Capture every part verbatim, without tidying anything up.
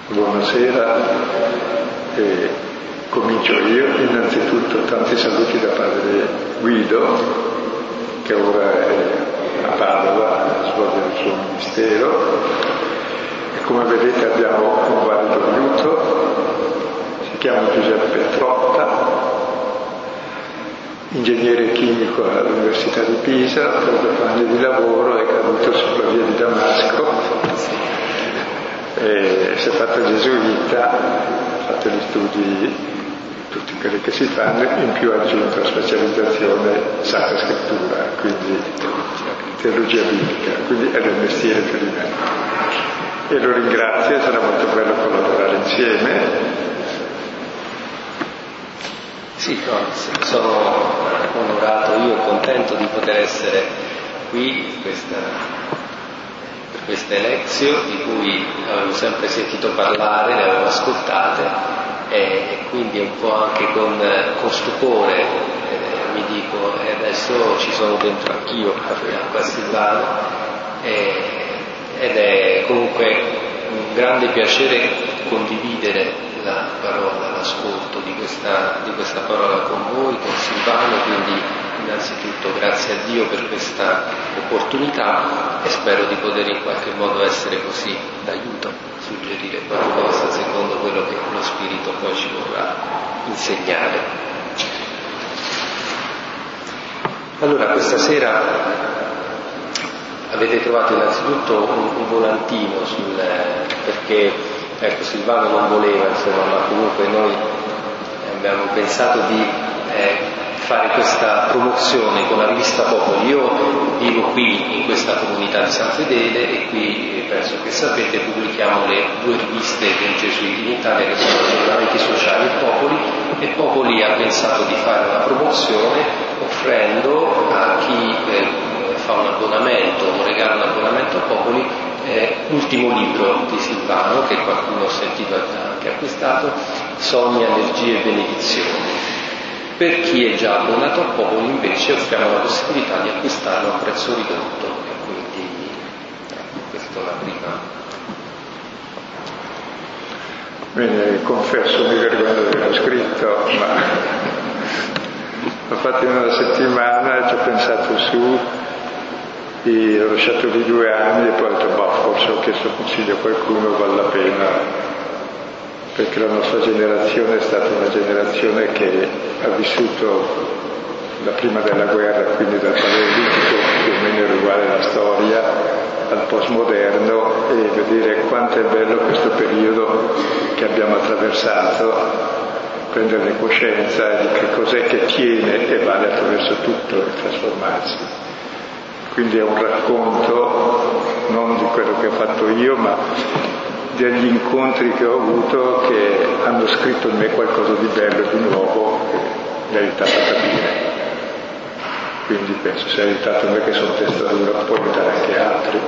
Buonasera, e comincio io. Innanzitutto tanti saluti da padre Guido, che ora è a Padova a svolgere il suo ministero, e come vedete abbiamo un valido aiuto, si chiama Giuseppe Trotta, ingegnere chimico all'Università di Pisa, dopo anni di lavoro è caduto sulla via di Damasco. E si è fatto gesuita, ha fatto gli studi, tutti quelli che si fanno, in più ha aggiunto la specializzazione Sacra Scrittura, quindi teologia biblica, quindi è del mestiere più di me. E lo ringrazio, sarà molto bello collaborare insieme. Sì, no, sono onorato, io e contento di poter essere qui in questa... queste lezioni di cui avevo sempre sentito parlare, le avevo ascoltate e quindi un po' anche con, con stupore eh, mi dico e adesso ci sono dentro anch'io a Silvano e, ed è comunque un grande piacere condividere la parola, l'ascolto di questa, di questa parola con voi, con Silvano, quindi innanzitutto grazie a Dio per questa opportunità e spero di poter in qualche modo essere così d'aiuto, suggerire qualcosa secondo quello che lo Spirito poi ci vorrà insegnare. Allora, questa sera avete trovato innanzitutto un, un volantino sul, perché ecco, Silvano non voleva, insomma, ma comunque noi abbiamo pensato di eh, fare questa promozione con la rivista Popoli. Io vivo qui in questa comunità di San Fedele e qui penso che sapete pubblichiamo le due riviste dei Gesuiti in Italia che sono Giornaliti Sociali e Popoli, e Popoli ha pensato di fare una promozione offrendo a chi eh, fa un abbonamento o regala un abbonamento a Popoli eh, l'ultimo libro di Silvano che qualcuno ho sentito ha anche acquistato, Sogni, Allergie e Benedizioni. Per chi è già abbonato al Popolo invece offriamo la possibilità di acquistarlo a prezzo ridotto e quindi ecco, questa è la prima. Bene, confesso, mi vergogno di averlo scritto, ma l'ho fatto in una settimana, ci ho pensato su, e l'ho lasciato lì due anni e poi ho detto, bah, forse ho chiesto consiglio a qualcuno, vale la pena. Perché la nostra generazione è stata una generazione che ha vissuto da prima della guerra, quindi dal paleolitico, più o meno uguale la storia, al postmoderno, e vedere quanto è bello questo periodo che abbiamo attraversato, prenderne coscienza di che cos'è che tiene e vale attraverso tutto il trasformarsi. Quindi è un racconto non di quello che ho fatto io, ma degli incontri che ho avuto che hanno scritto in me qualcosa di bello, di nuovo, che mi ha aiutato a capire. Quindi penso sia aiutato me che sono testatura, può aiutare anche altri.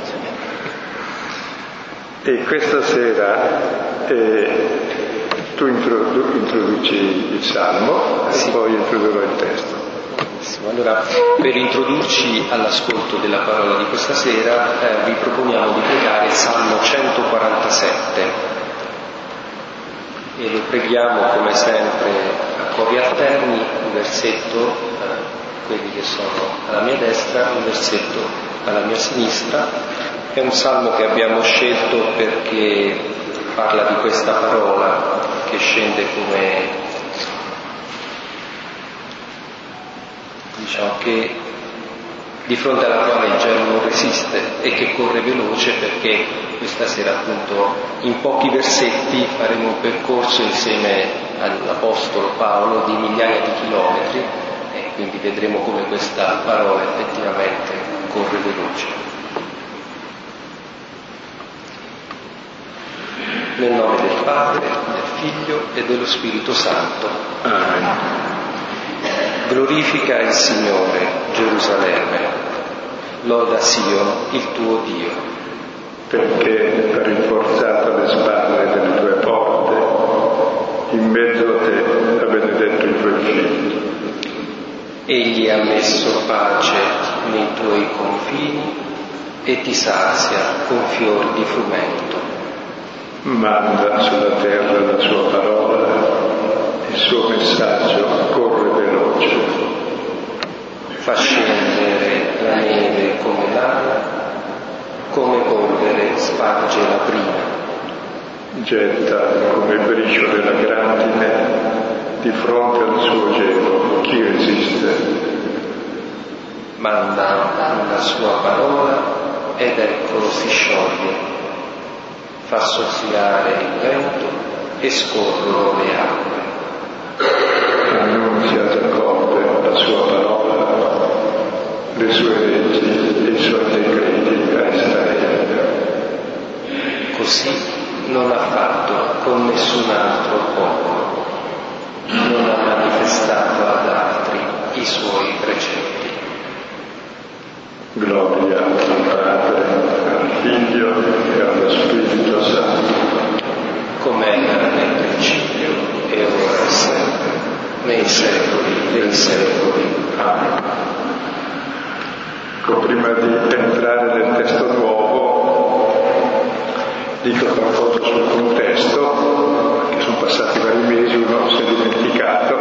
E questa sera eh, tu introdu- introduci il Salmo sì. E poi introdurrò il testo. Allora, per introdurci all'ascolto della parola di questa sera, eh, vi proponiamo di pregare il Salmo centoquarantasette e lo preghiamo come sempre a cori alterni, un versetto, eh, quelli che sono alla mia destra, un versetto alla mia sinistra. È un salmo che abbiamo scelto perché parla di questa parola che scende come... diciamo che di fronte alla quale il gelo non resiste e che corre veloce, perché questa sera appunto in pochi versetti faremo un percorso insieme all'Apostolo Paolo di migliaia di chilometri e quindi vedremo come questa parola effettivamente corre veloce. Nel nome del Padre, del Figlio e dello Spirito Santo. Amen. Glorifica il Signore, Gerusalemme, loda Sion, il tuo Dio. Perché ha rinforzato le spalle delle tue porte, in mezzo a te ha benedetto i tuoi figli. Egli ha messo pace nei tuoi confini e ti sazia con fior di frumento. manda sulla terra la sua parola, il suo messaggio corre veloce. Fa scendere la neve come lana, come polvere sparge la brina. Getta come briciole la grandine di fronte al suo gelo. Chi resiste? Manda la sua parola ed eccolo si scioglie. Fa soffiare il vento e scorrono le acque. Annunzia a Giacobbe la sua parola, le sue leggi e i suoi decreti a Israele. Così non ha fatto con nessun altro popolo, non ha manifestato ad altri i suoi precetti. Gloria al Padre, al Figlio e allo Spirito Santo. Come era nel principio e ora e sempre, nei secoli dei secoli. Amen. Ecco, prima di entrare nel testo nuovo, dico qualcosa sul contesto, che sono passati vari mesi, uno si è dimenticato.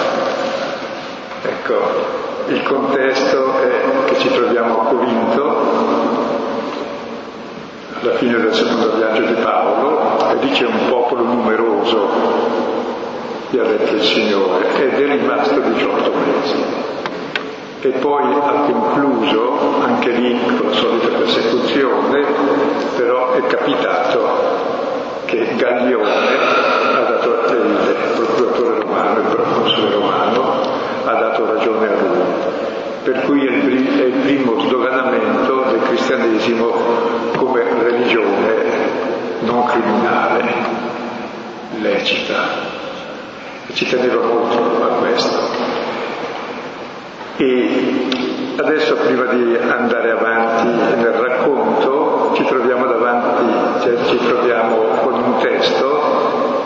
Ecco, il contesto è che ci troviamo a Corinto, alla fine del secondo viaggio di Paolo, e lì c'è un popolo numeroso che ha detto il Signore, ed è rimasto diciotto mesi. E poi ha concluso, anche lì con la solita persecuzione, però è capitato che Gallione ha dato, il procuratore romano, il proconsole romano, ha dato ragione a lui. Per cui è il, è il primo sdoganamento del cristianesimo come religione non criminale, lecita. E ci teneva molto a questo. E adesso, prima di andare avanti nel racconto, ci troviamo davanti, cioè ci troviamo con un testo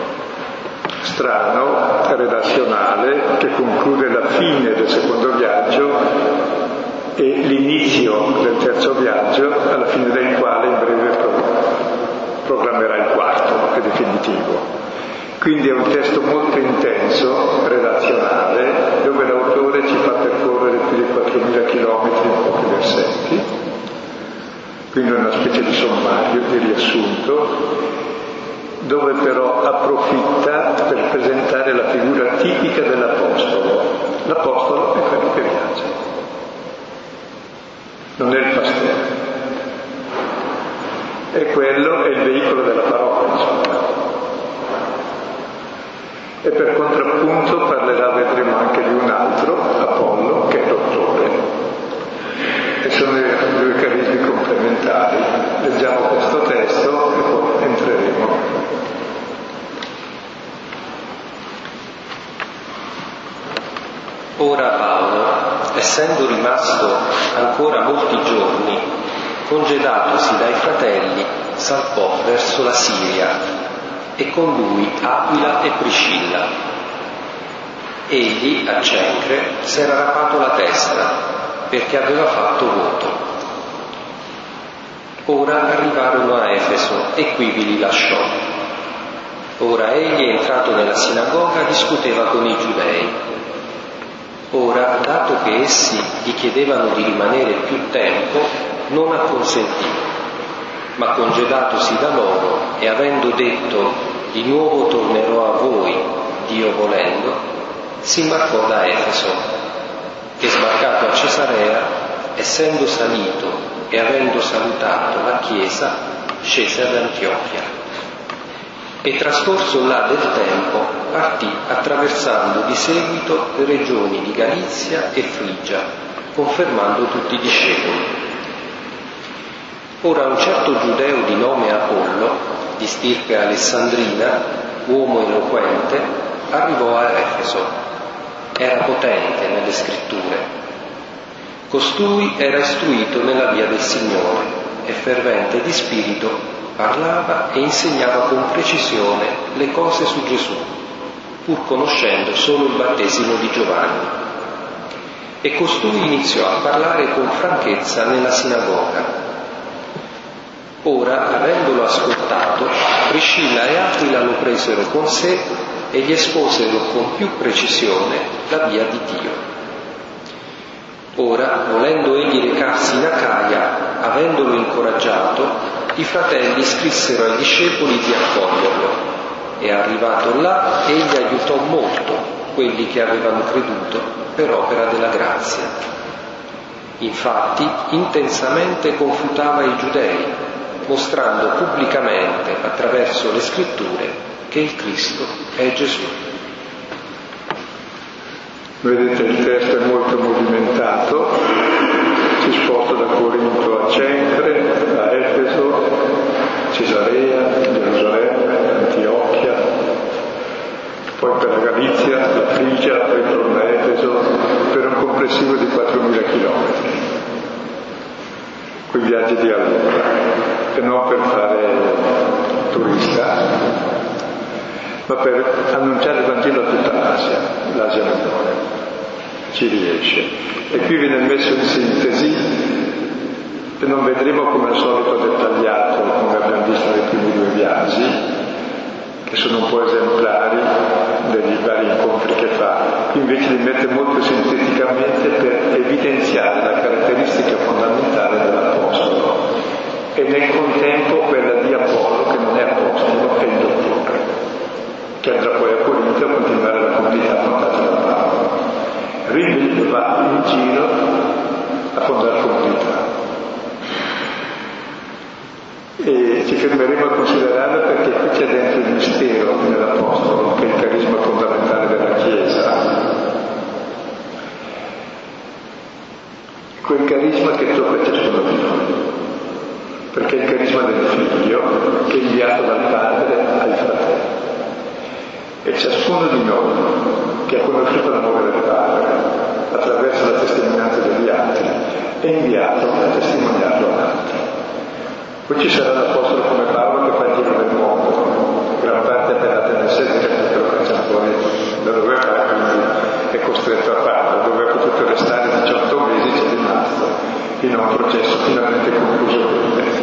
strano, relazionale, che conclude la fine del secondo viaggio e l'inizio del terzo viaggio, alla fine del quale in breve proclamerà il quarto, che è definitivo. Quindi è un testo molto intenso, relazionale, dove l'autore ci fa percorrere più di quattromila chilometri in pochi versetti, quindi è una specie di sommario, di riassunto, dove però approfitta per presentare la figura tipica dell'Apostolo. L'Apostolo è quello che viaggia, non è il pastore, è quello, è il veicolo della parola, insomma. E per contrappunto parlerà, vedremo anche di un altro, Apollo, che è dottore. E sono due carismi complementari. Leggiamo questo testo e poi entreremo. Ora Paolo, essendo rimasto ancora molti giorni, congedatosi dai fratelli, salpò verso la Siria, e con lui Aquila e Priscilla. Egli, a Cencre, s'era rapato la testa, perché aveva fatto voto. Ora arrivarono a Efeso, e quivi li lasciò. Ora egli, entrato nella sinagoga, discuteva con i giudei. Ora, dato che essi gli chiedevano di rimanere più tempo, non acconsentì, ma congedatosi da loro e avendo detto di nuovo tornerò a voi, Dio volendo, si imbarcò da Efeso e sbarcato a Cesarea, essendo salito e avendo salutato la Chiesa, scese ad Antiochia. E trascorso là del tempo, partì attraversando di seguito le regioni di Galizia e Frigia, confermando tutti i discepoli. Ora un certo giudeo di nome Apollo, di stirpe alessandrina, uomo eloquente, arrivò a Efeso. Era potente nelle scritture. Costui era istruito nella via del Signore e fervente di spirito parlava e insegnava con precisione le cose su Gesù, pur conoscendo solo il battesimo di Giovanni. E costui iniziò a parlare con franchezza nella sinagoga. Ora, avendolo ascoltato, Priscilla e Aquila lo presero con sé e gli esposero con più precisione la via di Dio. Ora, volendo egli recarsi in Acaia, avendolo incoraggiato, i fratelli scrissero ai discepoli di accoglierlo. E arrivato là, egli aiutò molto quelli che avevano creduto per opera della grazia. Infatti, intensamente confutava i giudei, mostrando pubblicamente, attraverso le scritture, che il Cristo è Gesù. Vedete, il testo è molto movimentato, si sposta da Corinto a Cempre, a Efeso, Cesarea, Gerusalemme, Antiochia, poi per la Galizia, la Frigia, poi torna a Efeso, per un complessivo di quattromila chilometri. Quei viaggi di allora, e non per fare turista, ma per annunciare il Vangelo a tutta l'Asia, l'Asia minore. Ci riesce. E qui viene messo in sintesi, e non vedremo come al solito dettagliato, come abbiamo visto nei primi due viaggi, che sono un po' esemplari degli vari incontri che fa. Qui invece li mette molto sinteticamente per evidenziare la caratteristica fondamentale dell'Apostolo e nel contempo quella di Apollo, che non è Apostolo, è il dottore, che andrà poi a Corinto a continuare la comunità fondata da Paolo. Rimini va in giro a fondare comunità. E ci fermeremo a considerarla perché qui c'è dentro il mistero nell'Apostolo, che è il carisma fondamentale della Chiesa. Quel carisma che tocca a ciascuno di noi, perché è il carisma del Figlio che è inviato dal Padre ai fratelli. E ciascuno di noi che ha conosciuto l'amore del Padre attraverso la testimonianza degli altri è inviato a testimoniarlo ad altri. Poi ci sarà l'Apostolo come Paolo che fa il giro del mondo, gran parte appena nel sedere perché lo cacciano fuori da dove va, quindi è costretto a farlo, dove ha potuto restare diciotto mesi c'è rimasto fino a un processo finalmente concluso per me.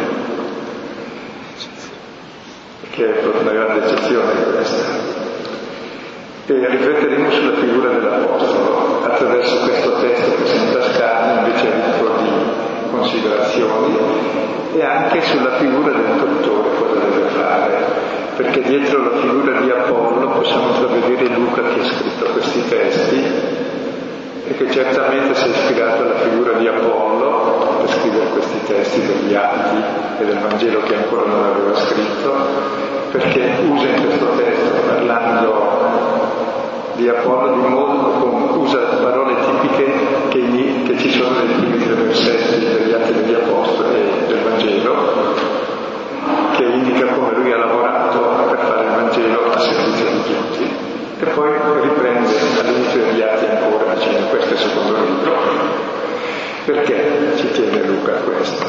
Che è una grande eccezione questa. E rifletteremo sulla figura dell'Apostolo attraverso questo testo che sembra scarno, invece ricco di considerazioni, e anche sulla figura del dottore, cosa deve fare, perché dietro la figura di Apollo possiamo intravedere Luca che ha scritto questi testi e che certamente si è ispirato alla figura di Apollo per scrivere questi testi degli Atti e del Vangelo che ancora non aveva scritto, perché usa in questo testo, parlando di Apollo, di modo, usa parole tipiche che, che ci sono nei primi tre versetti degli Atti degli Apostoli e del Vangelo, che indica come lui ha lavorato per fare il Vangelo a servizio di tutti. E poi riprende all'inizio degli Atti ancora dicendo questo è il secondo libro. Perché ci tiene Luca a questo?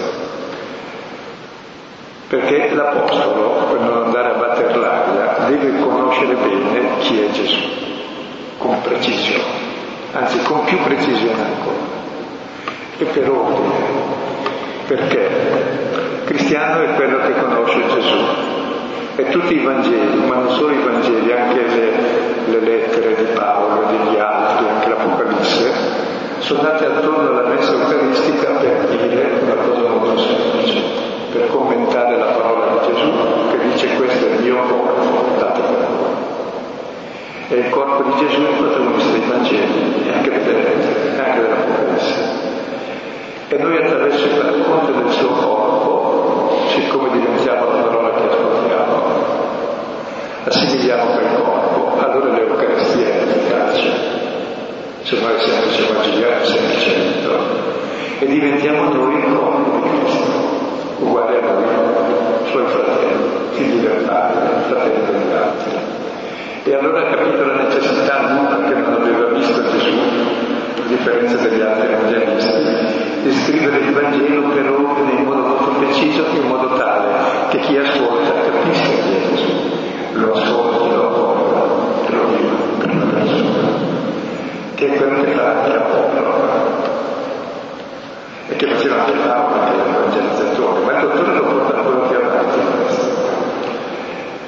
Perché l'Apostolo, per non andare a batter l'aria, deve conoscere bene chi è Gesù, con precisione, anzi con più precisione ancora, e per ordine. Perché? Cristiano è quello che conosce Gesù. E tutti i Vangeli, ma non solo i Vangeli, anche le, le lettere di Paolo e degli altri, anche l'Apocalisse, sono nate attorno alla messa eucaristica per dire una cosa molto semplice, per commentare la parola di Gesù che dice questo è il mio corpo dato per voi. E il corpo di Gesù è il protagonista dei Vangeli e anche delle lettere, e anche dell'Apocalisse. E noi attraverso il racconto del suo corpo, siccome diventiamo la parola che ascoltiamo, assimiliamo quel corpo, allora l'Eucaristia è efficace. Se no è semplice magia, è semplice rito. E diventiamo noi il corpo di Cristo, uguali a noi, suoi fratelli, figli del Padre, fratelli degli altri. E allora ha capito la necessità Luca, che non aveva visto Gesù, a differenza degli altri evangelisti, di scrivere il Vangelo per ordine in modo molto preciso, in modo tale che chi ascolta capisca chi è Gesù, lo ascolti, lo accoglia, te lo viva in prima persona, che è quello che fa anche Apollo e che faceva anche Paolo, che era l'evangelizzatore, ma il dottore lo porta ancora più avanti questo.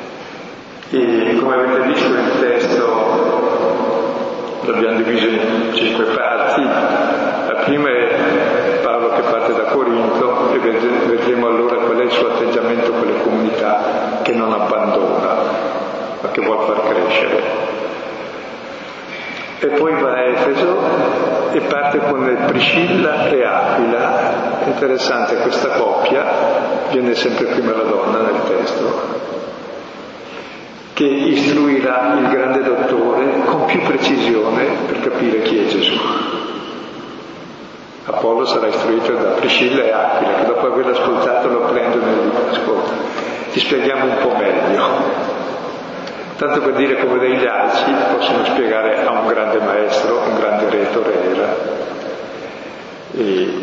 come avete visto il testo l'abbiamo diviso in cinque parti. La prima è Paolo che parte da Corinto e vedremo allora qual è il suo atteggiamento con le comunità che non abbandona, ma che vuol far crescere. E poi va a Efeso e parte con Priscilla e Aquila. È interessante questa coppia, viene sempre prima la donna nel testo, che istruirà il grande dottore con più precisione per capire chi è Gesù. Apollo sarà istruito da Priscilla e Aquila, che dopo averlo ascoltato lo prendono e dicono: ascolta, ti spieghiamo un po' meglio. Tanto per dire come dei laici possono spiegare a un grande maestro, un grande retore era, e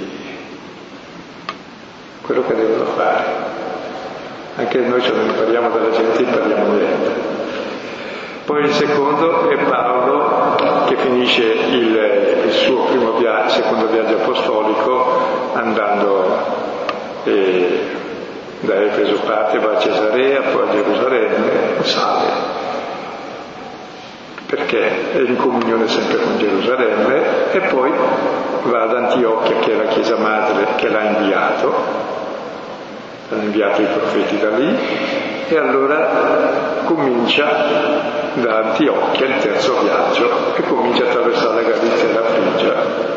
quello che devono fare. Anche noi se non impariamo dalla gente impariamo niente. Poi il secondo è Paolo che finisce il, il suo primo viaggio, secondo viaggio apostolico, andando eh, da Efeso parte, va a Cesarea, poi a Gerusalemme, sale. Perché è in comunione sempre con Gerusalemme, e poi va ad Antiochia, che è la chiesa madre che l'ha inviato, hanno inviato i profeti da lì, e allora comincia da Antiochia il terzo viaggio e comincia a attraversare la Galizia e la Frigia.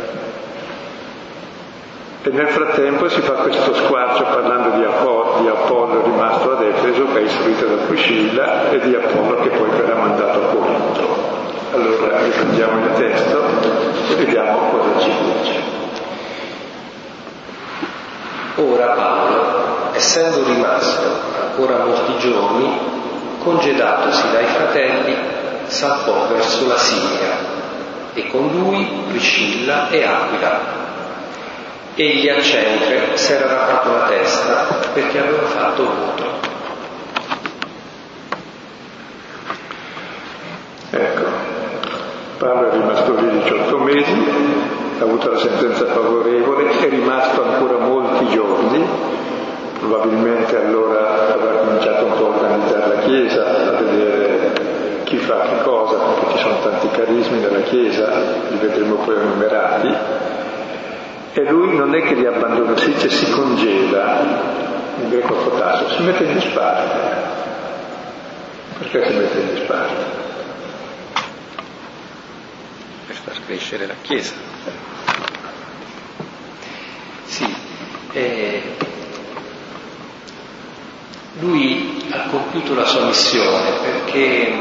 E nel frattempo si fa questo squarcio parlando di Apollo, di Apollo rimasto ad Efeso, che è istruito da Priscilla, e di Apollo che poi verrà mandato a Corinto. Allora riprendiamo il testo e vediamo cosa ci dice. Ora Paolo, essendo rimasto ancora molti giorni, congedatosi dai fratelli, salpò verso la Siria, e con lui Priscilla e Aquila. Egli a Cenchre s'era rapato la testa perché aveva fatto voto. Ecco, Paolo è rimasto lì diciotto mesi, ha avuto la sentenza favorevole, è rimasto ancora molti giorni, probabilmente allora avrà cominciato un po' a organizzare la Chiesa, a vedere chi fa che cosa, perché ci sono tanti carismi nella Chiesa, li vedremo poi enumerati. E lui non è che li abbandona, si dice si congela, in greco fotasso, si mette in disparte. Perché si mette in disparte? Per far crescere la Chiesa. Sì, eh, lui ha compiuto la sua missione perché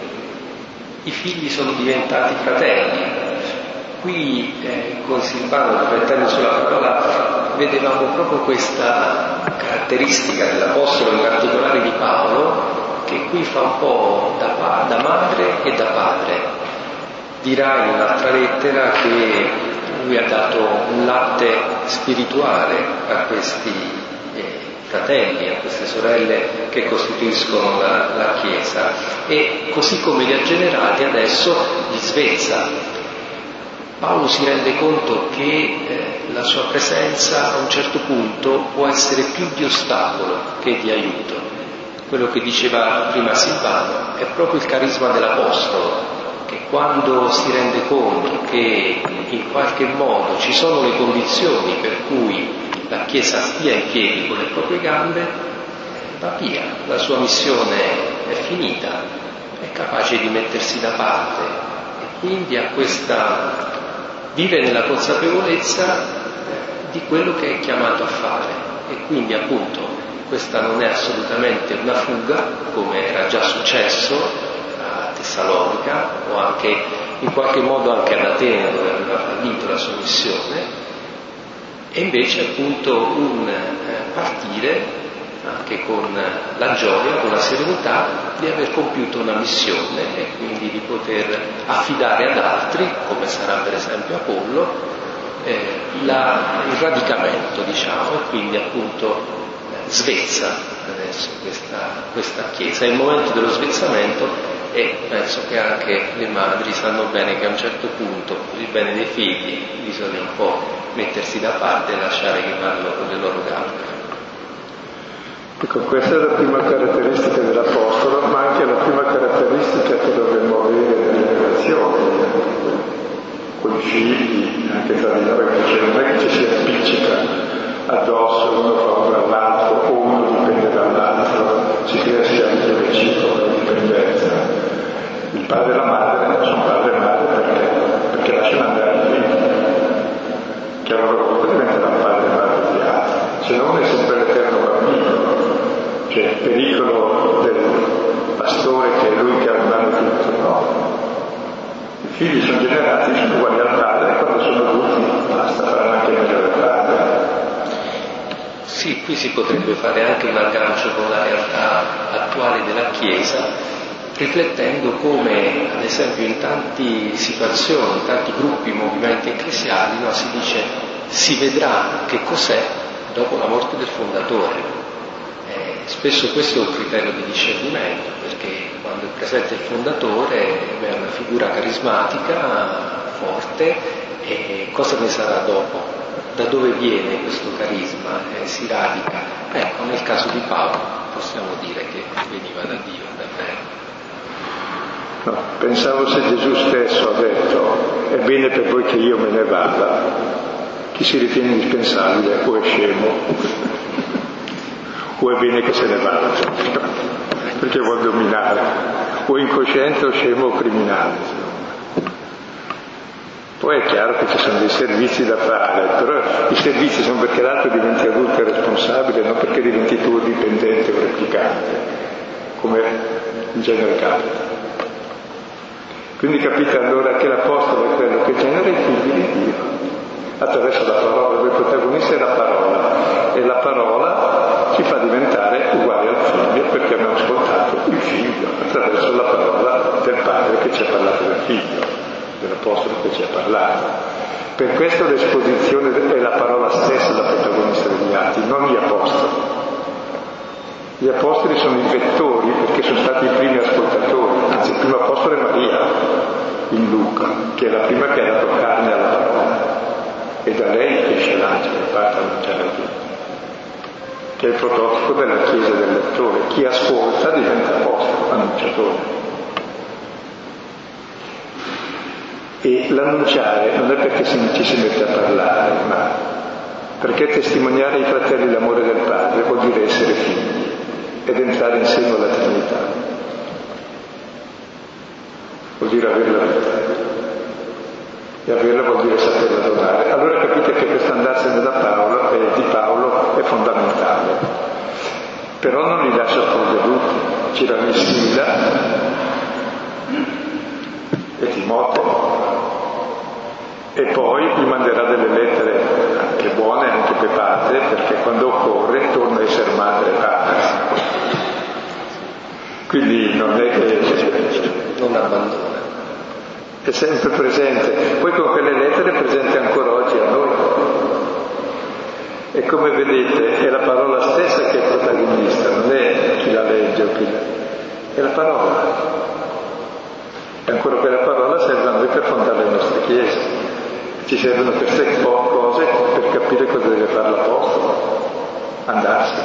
i figli sono diventati fratelli. Qui eh, con Silvano, riflettendo sulla parola, vedevamo proprio questa caratteristica dell'Apostolo, in particolare di Paolo, che qui fa un po' da, da madre e da padre. Dirà in un'altra lettera che lui ha dato un latte spirituale a questi eh, fratelli, a queste sorelle che costituiscono la, la Chiesa, e così come li ha generati adesso li svezza. Paolo si rende conto che eh, la sua presenza a un certo punto può essere più di ostacolo che di aiuto. Quello che diceva prima Silvano è proprio il carisma dell'Apostolo, che quando si rende conto che in qualche modo ci sono le condizioni per cui la Chiesa stia in piedi con le proprie gambe, va via, la sua missione è finita, è capace di mettersi da parte e quindi ha questa... vive nella consapevolezza di quello che è chiamato a fare, e quindi appunto questa non è assolutamente una fuga, come era già successo a Tessalonica o anche in qualche modo anche ad Atene, dove aveva fallito la sua missione, e invece appunto un partire anche con la gioia, con la serenità di aver compiuto una missione e quindi di poter affidare ad altri, come sarà per esempio Apollo, eh, la, il radicamento, diciamo, e quindi appunto eh, svezza adesso questa, questa Chiesa. È il momento dello svezzamento, e penso che anche le madri sanno bene che a un certo punto, per il bene dei figli, bisogna un po' mettersi da parte e lasciare che vanno con le loro gambe. Ecco, questa è la prima caratteristica dell'Apostolo, ma anche la prima caratteristica che dovremmo avere nelle relazioni con i figli, anche tra di noi, perché non è che ci si appiccica addosso, uno fa uno all'altro o uno dipende dall'altro, si crea sia anche reciproca dipendenza. Il padre e la madre non sono padre e madre perché, perché lasciano andare i figli, che a loro volta diventeranno padre e madre di altri, se no uno è sempre l'eterno bambino. Cioè il pericolo del pastore che è lui che ha in mano tutto, no? I figli sono generati, sono uguali al padre, e quando sono adulti basta, faranno anche meglio del padre. Sì, qui si potrebbe fare anche un aggancio con la realtà attuale della Chiesa, riflettendo come, ad esempio, in tante situazioni, in tanti gruppi, movimenti ecclesiali, no, si dice si vedrà che cos'è dopo la morte del fondatore. Spesso questo è un criterio di discernimento, perché quando è presente il fondatore è una figura carismatica, forte, e cosa ne sarà dopo? Da dove viene questo carisma? Eh, si radica? Ecco, nel caso di Paolo possiamo dire che veniva da Dio, davvero. No, pensavo se Gesù stesso ha detto è bene per voi che io me ne vada, chi si ritiene indispensabile o è scemo o è bene che se ne vada, perché vuol dominare, o incosciente o scemo o criminale. Poi è chiaro che ci sono dei servizi da fare, però i servizi sono perché l'altro diventi adulto e responsabile, non perché diventi tuo dipendente o replicante, come in genere capita. Quindi capite allora che l'Apostolo è quello che genera i figli di Dio, attraverso la parola, il protagonista è la parola, e la parola ci fa diventare uguali al figlio perché abbiamo ascoltato il figlio attraverso la parola del padre che ci ha parlato del figlio, dell'Apostolo che ci ha parlato. Per questo l'esposizione è la parola stessa la protagonista degli atti, non gli apostoli. Gli apostoli sono i vettori perché sono stati i primi ascoltatori, anzi il primo apostolo è Maria in Luca, che è la prima che ha dato carne alla parola, e da lei esce l'angelo e parte a annunciare a tutti, che è il prototipo della Chiesa del lettore. Chi ascolta diventa apostolo, annunciatore. E l'annunciare non è perché ci si mette a parlare, ma perché testimoniare ai fratelli l'amore del Padre vuol dire essere figli ed entrare in seno alla Trinità, vuol dire avere la vita, e averla vuol dire saperla donare. Allora capite che questo andarsene da Paolo e di Paolo è fondamentale, però non li lascia sprovveduti, ci ravvicina e Timoteo, e poi gli manderà delle lettere anche buone, anche pepate, perché quando occorre torna a essere madre e padre, quindi non è che non abbandona, è sempre presente. Poi con quelle lettere è presente ancora oggi a noi, e come vedete è la parola stessa che è protagonista, non è chi la legge o chi la... è la parola, e ancora quella parola serve a noi per fondare le nostre chiese. Ci servono queste cose per capire cosa deve fare l'Apostolo, andarsene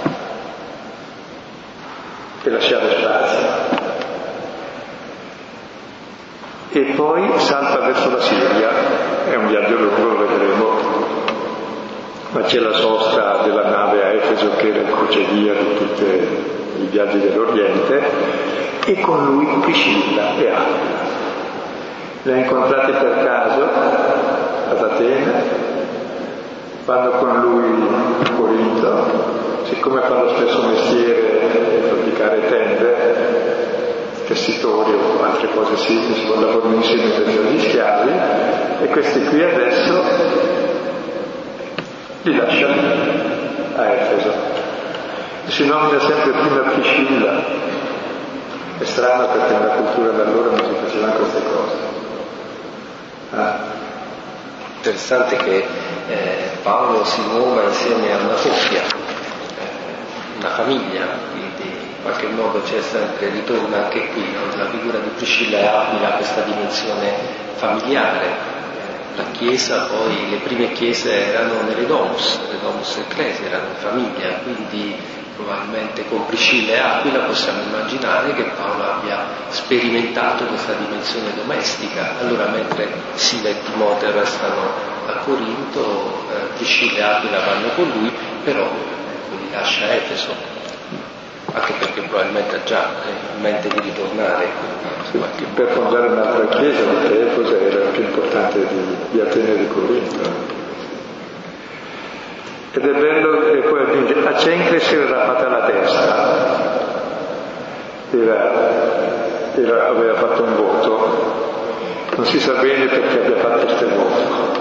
e lasciare spazio. E poi salta verso la Siria, è un viaggio lungo, lo vedremo, ma c'è la sosta della nave a Efeso che era il crocevia di tutti i viaggi dell'Oriente, e con lui Priscilla e Aquila. Li ha incontrati per caso ad Atene, vanno con lui a Corinto, siccome fa lo stesso mestiere di fabbricare tende, tessitori o altre cose simili, si lavorano insieme in mezzo agli schiavi, e questi qui adesso li lascia lì a Efeso. Si nomina sempre prima Priscilla, è strano perché nella cultura da allora non si facevano queste cose. Ah. Interessante che eh, Paolo si muova insieme a una coppia, eh, una famiglia, quindi in qualche modo c'è sempre, ritorna anche qui, no? La figura di Priscilla e Aquila, questa dimensione familiare. Eh, la Chiesa, poi le prime chiese erano nelle domus, le domus ecclesia, erano in famiglia, quindi probabilmente con Priscilla e Aquila possiamo immaginare che Paolo abbia sperimentato questa dimensione domestica. Allora mentre Sila e Timoteo restano a Corinto, eh, Priscilla e Aquila vanno con lui, però ecco, li lascia Efeso, anche perché probabilmente ha già in mente di ritornare. Sì, per fondare un'altra chiesa, perché Efeso era più importante di, di Atene e di Corinto. Ed è bello che poi aggiunge, a Cencres era fatta la testa, era, era, aveva fatto un voto, non si sa bene perché abbia fatto questo voto.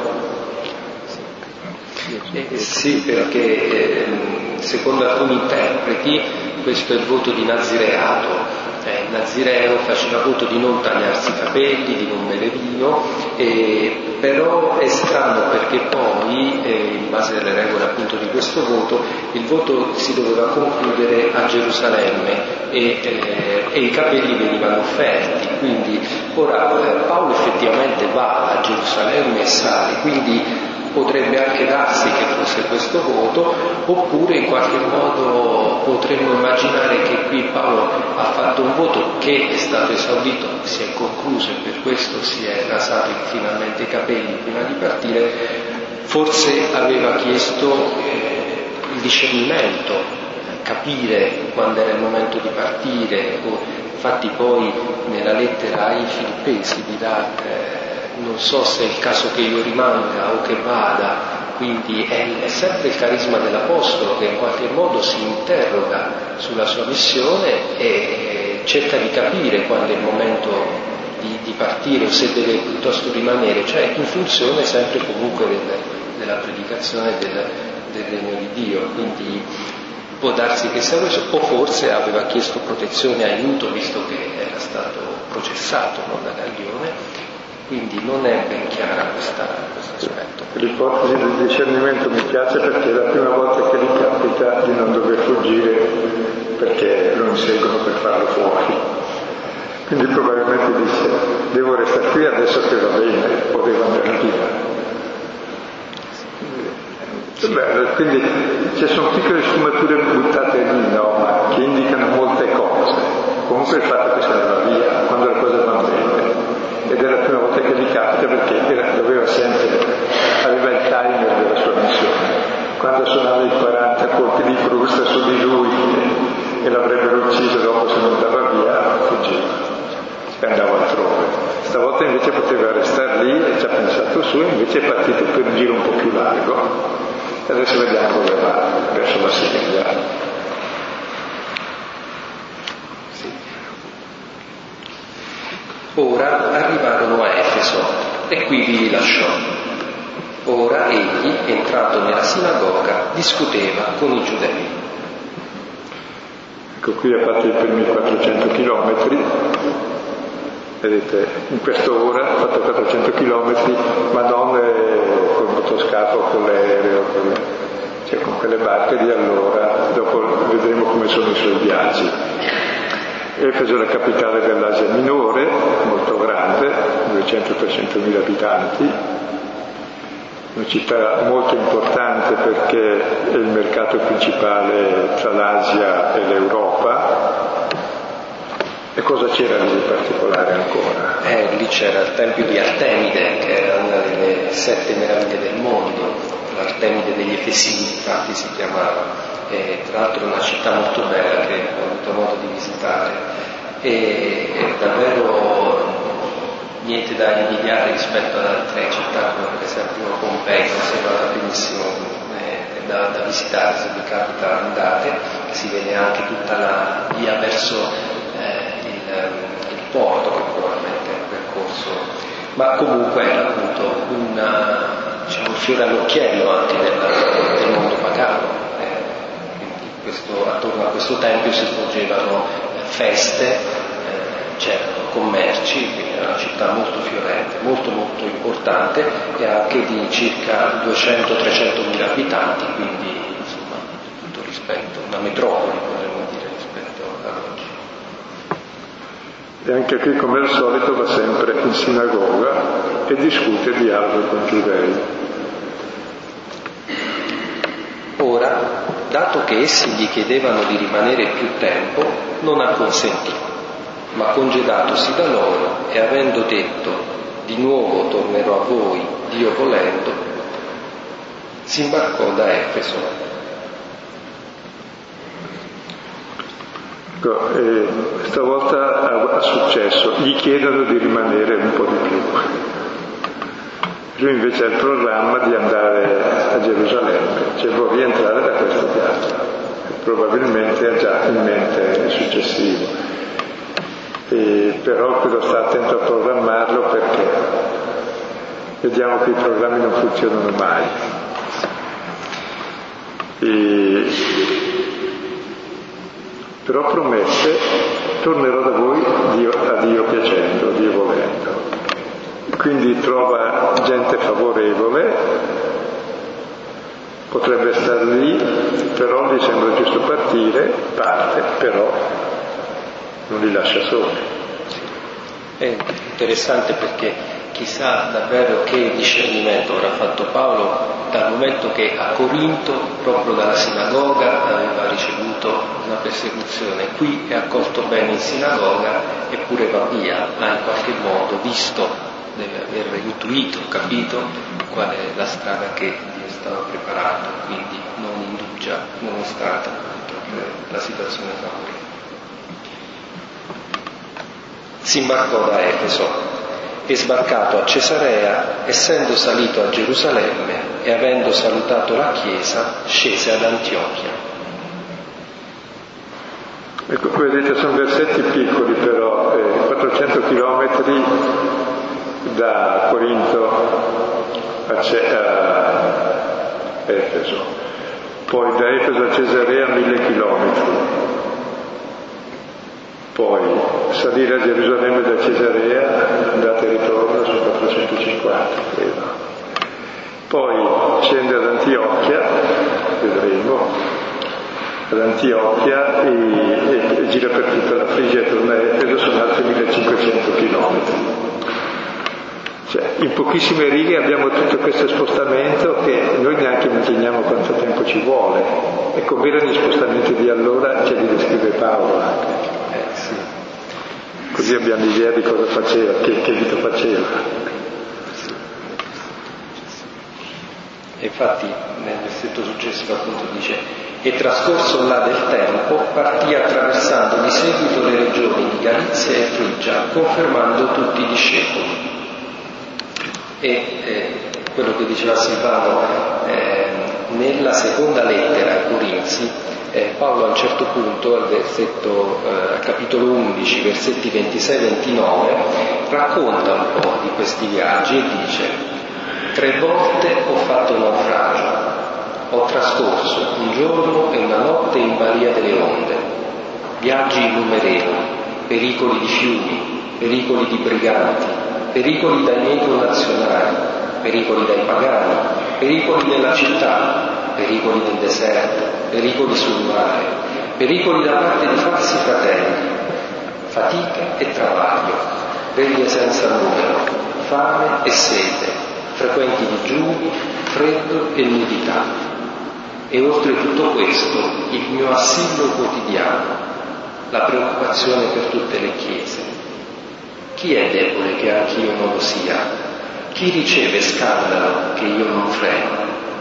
Eh, sì, perché eh, secondo alcuni interpreti questo è il voto di Nazireato. Eh, il Nazireo faceva voto di non tagliarsi i capelli, di non bere vino, eh, però è strano perché poi, eh, in base alle regole appunto di questo voto, il voto si doveva concludere a Gerusalemme e, eh, e i capelli venivano offerti, quindi ora eh, Paolo effettivamente va a Gerusalemme e sale, quindi potrebbe anche darsi che fosse questo voto, oppure in qualche modo potremmo immaginare che qui Paolo ha fatto un voto che è stato esaudito, si è concluso e per questo si è rasato finalmente i capelli prima di partire. Forse aveva chiesto eh, il discernimento, capire quando era il momento di partire, o, infatti poi nella lettera ai Filippesi dirà eh, non so se è il caso che io rimanga o che vada, quindi è, è sempre il carisma dell'Apostolo che in qualche modo si interroga sulla sua missione e cerca di capire quando è il momento di, di partire o se deve piuttosto rimanere, cioè in funzione sempre comunque del, della predicazione del, del regno di Dio, quindi può darsi che sia questo, o forse aveva chiesto protezione e aiuto visto che era stato processato, no, da Gaglione. Quindi non è ben chiara questo aspetto. L'ipotesi del discernimento mi piace perché è la prima volta che gli capita di non dover fuggire perché lo inseguono per farlo fuori. Quindi probabilmente dice, devo restare qui adesso che va bene, o devo andare via. Sì. Bello, quindi ci sono piccole sfumature buttate lì, no? Ma che indicano molte cose. Comunque il fatto che si andava via, quando le cose vanno bene. Ed è la prima volta che gli capita perché era, doveva sempre, aveva il timer della sua missione. Quando suonava i quaranta colpi di frusta su di lui e, e l'avrebbero ucciso dopo se non andava via, fuggiva e andava altrove. Stavolta invece poteva restare lì e ci ha pensato su, invece è partito per un giro un po' più largo. E adesso vediamo dove va, verso la Sicilia. Ora arrivarono a Efeso e qui vi lasciò. Ora egli, entrato nella sinagoga, discuteva con i giudei. Ecco, qui ha fatto i primi quattrocento chilometri, vedete, in quest'ora ha fatto quattrocento chilometri, ma non eh, col motoscafo, con l'aereo, con, cioè con quelle barche di allora, dopo vedremo come sono i suoi viaggi. Efeso è la capitale dell'Asia Minore, molto grande, duecento trecentomila abitanti, una città molto importante perché è il mercato principale tra l'Asia e l'Europa. E cosa c'era lì di particolare ancora? Eh, lì c'era il tempio di Artemide, che era una delle sette meraviglie del mondo, l'Artemide degli Efesini, infatti si chiamava. E, tra l'altro è una città molto bella che ho avuto modo di visitare e è davvero niente da invidiare rispetto ad altre città come per esempio Pompei, conservata benissimo, eh, da, da visitare se vi capita andate, si vede anche tutta la via verso eh, il, il porto che probabilmente è un percorso, ma comunque era appunto un, diciamo, fiore all'occhiello anche del, del mondo pagano. Questo, attorno a questo tempio si svolgevano eh, feste, eh, c'erano commerci, quindi era una città molto fiorente, molto molto importante e anche di circa duecento trecentomila abitanti, quindi insomma tutto rispetto, una metropoli potremmo dire rispetto ad oggi. E anche qui come al solito va sempre in sinagoga e discute e dialoga con i giudei. Ora dato che essi gli chiedevano di rimanere più tempo, non acconsentì, ma congedatosi da loro e avendo detto di nuovo tornerò a voi, Dio volendo, si imbarcò da Efeso. Ecco, eh, stavolta ha, ha successo, gli chiedono di rimanere un po' di più. Lui invece ha il programma di andare a Gerusalemme, cioè vuole rientrare da questo viaggio. Probabilmente ha già in mente il successivo. E però quello sta attento a programmarlo perché vediamo che i programmi non funzionano mai. E, però promette, tornerò da voi Dio, a Dio piacendo, Dio volendo. Quindi trova gente favorevole, potrebbe stare lì, però gli sembra giusto partire, parte, però non li lascia soli. È interessante perché chissà davvero che discernimento avrà fatto Paolo dal momento che a Corinto, proprio dalla sinagoga, aveva ricevuto una persecuzione. Qui è accolto bene in sinagoga eppure va via, ha in qualche modo visto, deve aver intuito, capito qual è la strada che gli stava preparando, quindi non indugia nonostante la situazione favorevole. Si imbarcò da Efeso e sbarcato a Cesarea, essendo salito a Gerusalemme e avendo salutato la Chiesa, scese ad Antiochia. Ecco, vedete, sono versetti piccoli però, eh, quattrocento chilometri da Corinto a, Ce- a Efeso, poi da Efeso a Cesarea mille chilometri. Poi salire a Gerusalemme da Cesarea, andata e ritorno, su quattrocentocinquanta, credo. Poi scende ad Antiochia, vedremo, ad Antiochia e, e, e gira per tutta la Frigia e torna a Efeso, sono altri millecinquecento chilometri. Cioè, in pochissime righe abbiamo tutto questo spostamento che noi neanche immaginiamo quanto tempo ci vuole. E come erano gli spostamenti di allora, ce li descrive Paolo anche. Eh, sì. Così abbiamo l'idea di cosa faceva, che, che vita faceva. E infatti nel versetto successivo appunto dice: e trascorso là del tempo partì attraversando di seguito le regioni di Galizia e Frigia, confermando tutti i discepoli. E eh, quello che diceva Silvano, eh, nella seconda lettera ai Corinzi, eh, Paolo a un certo punto, al versetto, eh, al capitolo undici, versetti ventisei ventinove, racconta un po' di questi viaggi e dice: tre volte ho fatto naufragio, ho trascorso un giorno e una notte in balia delle onde, viaggi innumerevoli, pericoli di fiumi, pericoli di briganti, pericoli dai miei connazionali, pericoli dai pagani, pericoli nella città, pericoli nel deserto, pericoli sul mare, pericoli da parte di falsi fratelli, fatica e travaglio, veglie senza numero, fame e sete, frequenti digiuni, freddo e nudità. E oltre tutto questo il mio assillo quotidiano, la preoccupazione per tutte le chiese. Chi è debole che anch'io non lo sia? Chi riceve scandalo che io non freno?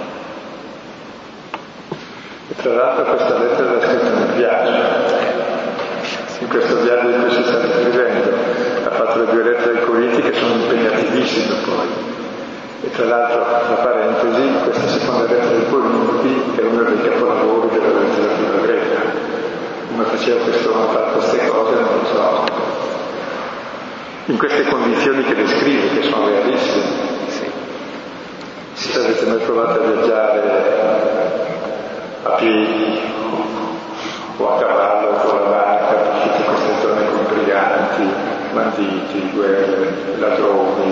E tra l'altro questa lettera è scritta nel viaggio, in questo viaggio di cui si sta scrivendo. Ha fatto le due lettere ai Corinti che sono impegnativissime poi. E tra l'altro, tra parentesi, questa seconda lettera ai Corinti è uno dei capolavori della letteratura greca. Come faceva questo, ha fatto queste cose, non lo so. In queste condizioni che descrive, che sono realissime. Sì. Se avete mai provato a viaggiare a piedi o a cavallo o con la barca per tutte queste zone con briganti, banditi, guerre, ladroni,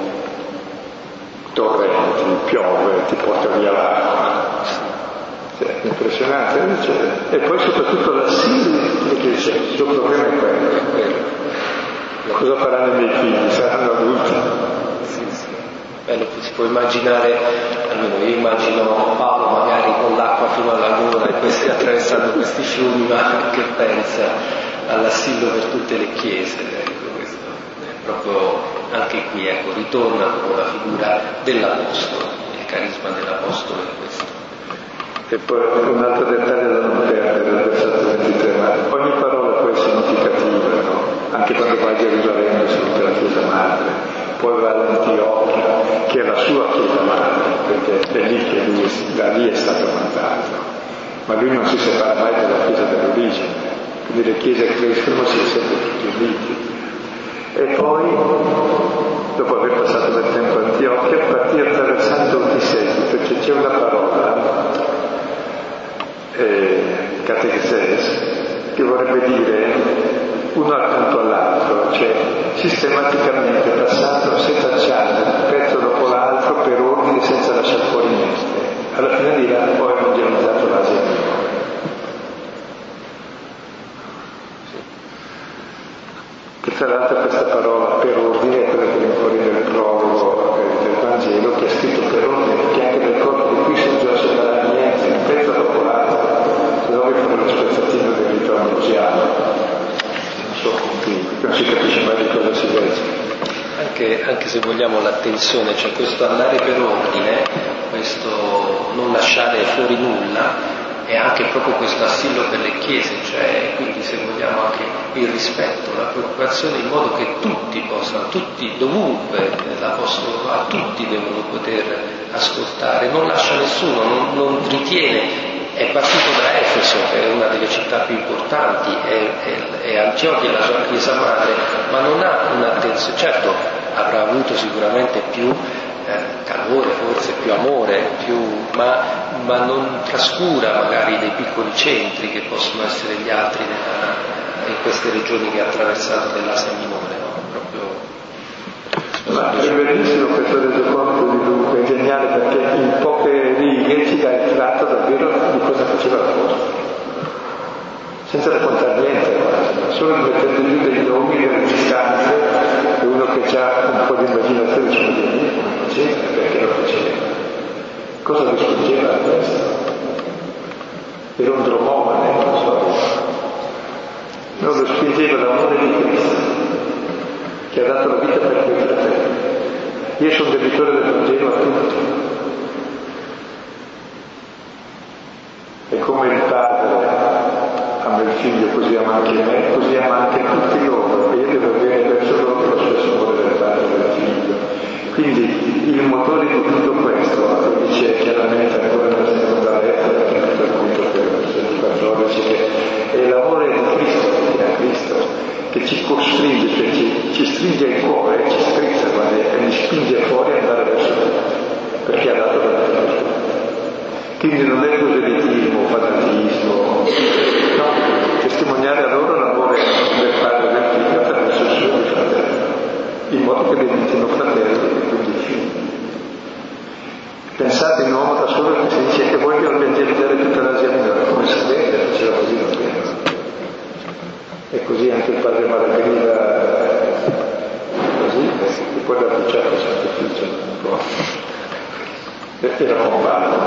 torrenti, piove, ti porta via l'acqua. Cioè, è impressionante. Cioè, e poi soprattutto l'assillo, perché dice, il suo problema è quello, è quello. Cosa faranno i miei figli? Saranno adulti? Sì, sì. Bello, si può immaginare, almeno io immagino Paolo magari con l'acqua fino alla gola e questi, attraversando questi fiumi, ma che pensa all'assillo per tutte le chiese. Ecco, questo è proprio anche qui, ecco, ritorna con la figura dell'Apostolo, il carisma dell'Apostolo è questo. E poi un altro dettaglio da non perdere del versetto ventitré, ma ogni parola poi è significativa, no? Anche quando va a Gerusalemme saluta la Chiesa Madre, poi va ad Antiochia, che è la sua Chiesa Madre, perché è lì che lui, da lì è stato mandato, ma lui non si separa mai dalla Chiesa dell'origine, quindi le Chiese crescono, si è sempre tutti uniti. E poi, dopo aver passato del tempo a Antiochia, partì attraversando tutti i secoli, perché c'è una parola, eh, catechesi, che vorrebbe dire uno accanto all'altro, cioè sistematicamente passando, setacciando un pezzo dopo l'altro per ordine senza lasciare fuori niente. Alla fine dirà, poi ho evangelizzato l'Asia Minore. Che tra l'altro questa parola per ordine è quella che viene fuori nel prologo eh, del Vangelo, che è scritto per ordine, perché anche nel corpo di Cristo non bisogna separare niente, un pezzo dopo l'altro, se no vi fanno lo spezzatino del rito ambrosiano. Non so con qui, perché non si capisce mai di cosa si legge. Anche, anche se vogliamo l'attenzione, cioè questo andare per ordine, questo non lasciare fuori nulla, e anche proprio questo assillo per le chiese, cioè quindi se vogliamo anche il rispetto, la preoccupazione in modo che tutti possano, tutti dovunque l'Apostolo va, tutti devono poter ascoltare, non lascia nessuno, non, non ritiene. È partito da Efeso, che è una delle città più importanti, è, è, è Antiochia la sua chiesa madre, ma non ha un'attenzione, certo avrà avuto sicuramente più eh, calore, forse più amore, più, ma, ma non trascura magari dei piccoli centri che possono essere gli altri nella, in queste regioni che ha attraversato dell'Asia Minore, no? Proprio. Ma è bellissimo questo resoconto di Luca, è geniale perché in poche righe ci dà il tratto davvero di cosa faceva l'Apostolo, senza raccontare niente quasi, solo mettendo giù dei nomi, delle distanze, e uno che ha un po' di immaginazione ci può dire come faceva, perché lo faceva, cosa lo spingeva a questo? Era un dromomane, non so, non lo spingeva l'amore di Cristo, che ha dato la vita per quei fratelli. Io sono debitore del Vangelo a tutti. E come il padre ama il figlio, così ama anche me, così ama anche tutti loro, e io devo avere verso loro lo stesso amore del padre e del figlio. Quindi il motore di tutto questo, lo dice chiaramente ancora nella seconda lettera, che è il punto per il versetto quattordici, che è l'amore di Cristo, che è Cristo, che ci costringe, cioè ci, ci stringe il cuore, ci strizza e mi spinge fuori ad andare verso Dio, perché ha dato la vita. Quindi non è proselitismo, fanatismo, no, testimoniare a loro l'amore del padre e del figlio attraverso il suo fratello, in modo che diventino fratelli e quindi figli. Pensate in un uomo da solo che si dice che voglio evangelizzare tutta l'Asia Minore, come sapete, faceva così lo stesso. E così anche il padre Margherita, così, e poi l'ha bruciato il sacrificio un po'. Era bombato,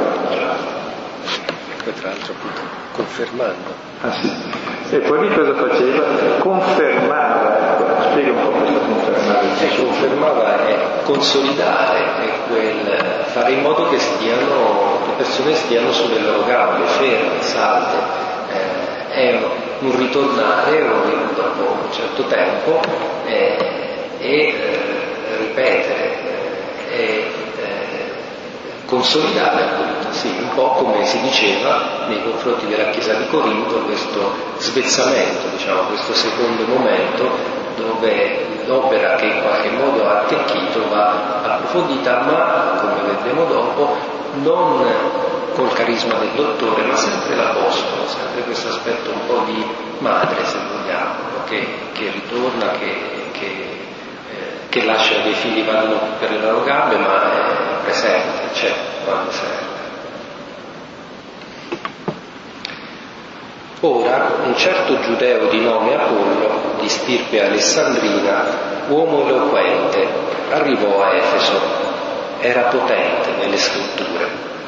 poi tra l'altro appunto confermando. Ah sì. E poi lì cosa faceva? Confermava, ecco, spiega un po' questo confermare. E confermava è consolidare, è quel fare in modo che stiano, le persone stiano sulle loro gambe, ferme, salde. Eh, è un ritornare un, dopo un certo tempo eh, e eh, ripetere e eh, consolidare appunto, sì, un po' come si diceva nei confronti della Chiesa di Corinto, questo svezzamento, diciamo, questo secondo momento dove l'opera che in qualche modo ha attecchito va approfondita, ma come vedremo dopo non col carisma del dottore, ma sempre l'Apostolo, sempre questo aspetto un po' di madre, se vogliamo, che, che ritorna, che, che, eh, che lascia che i figli vadano per le loro gambe, ma è presente, c'è quando serve. Ora un certo giudeo di nome Apollo, di stirpe alessandrina, uomo eloquente, arrivò a Efeso. era potente nelle scritture.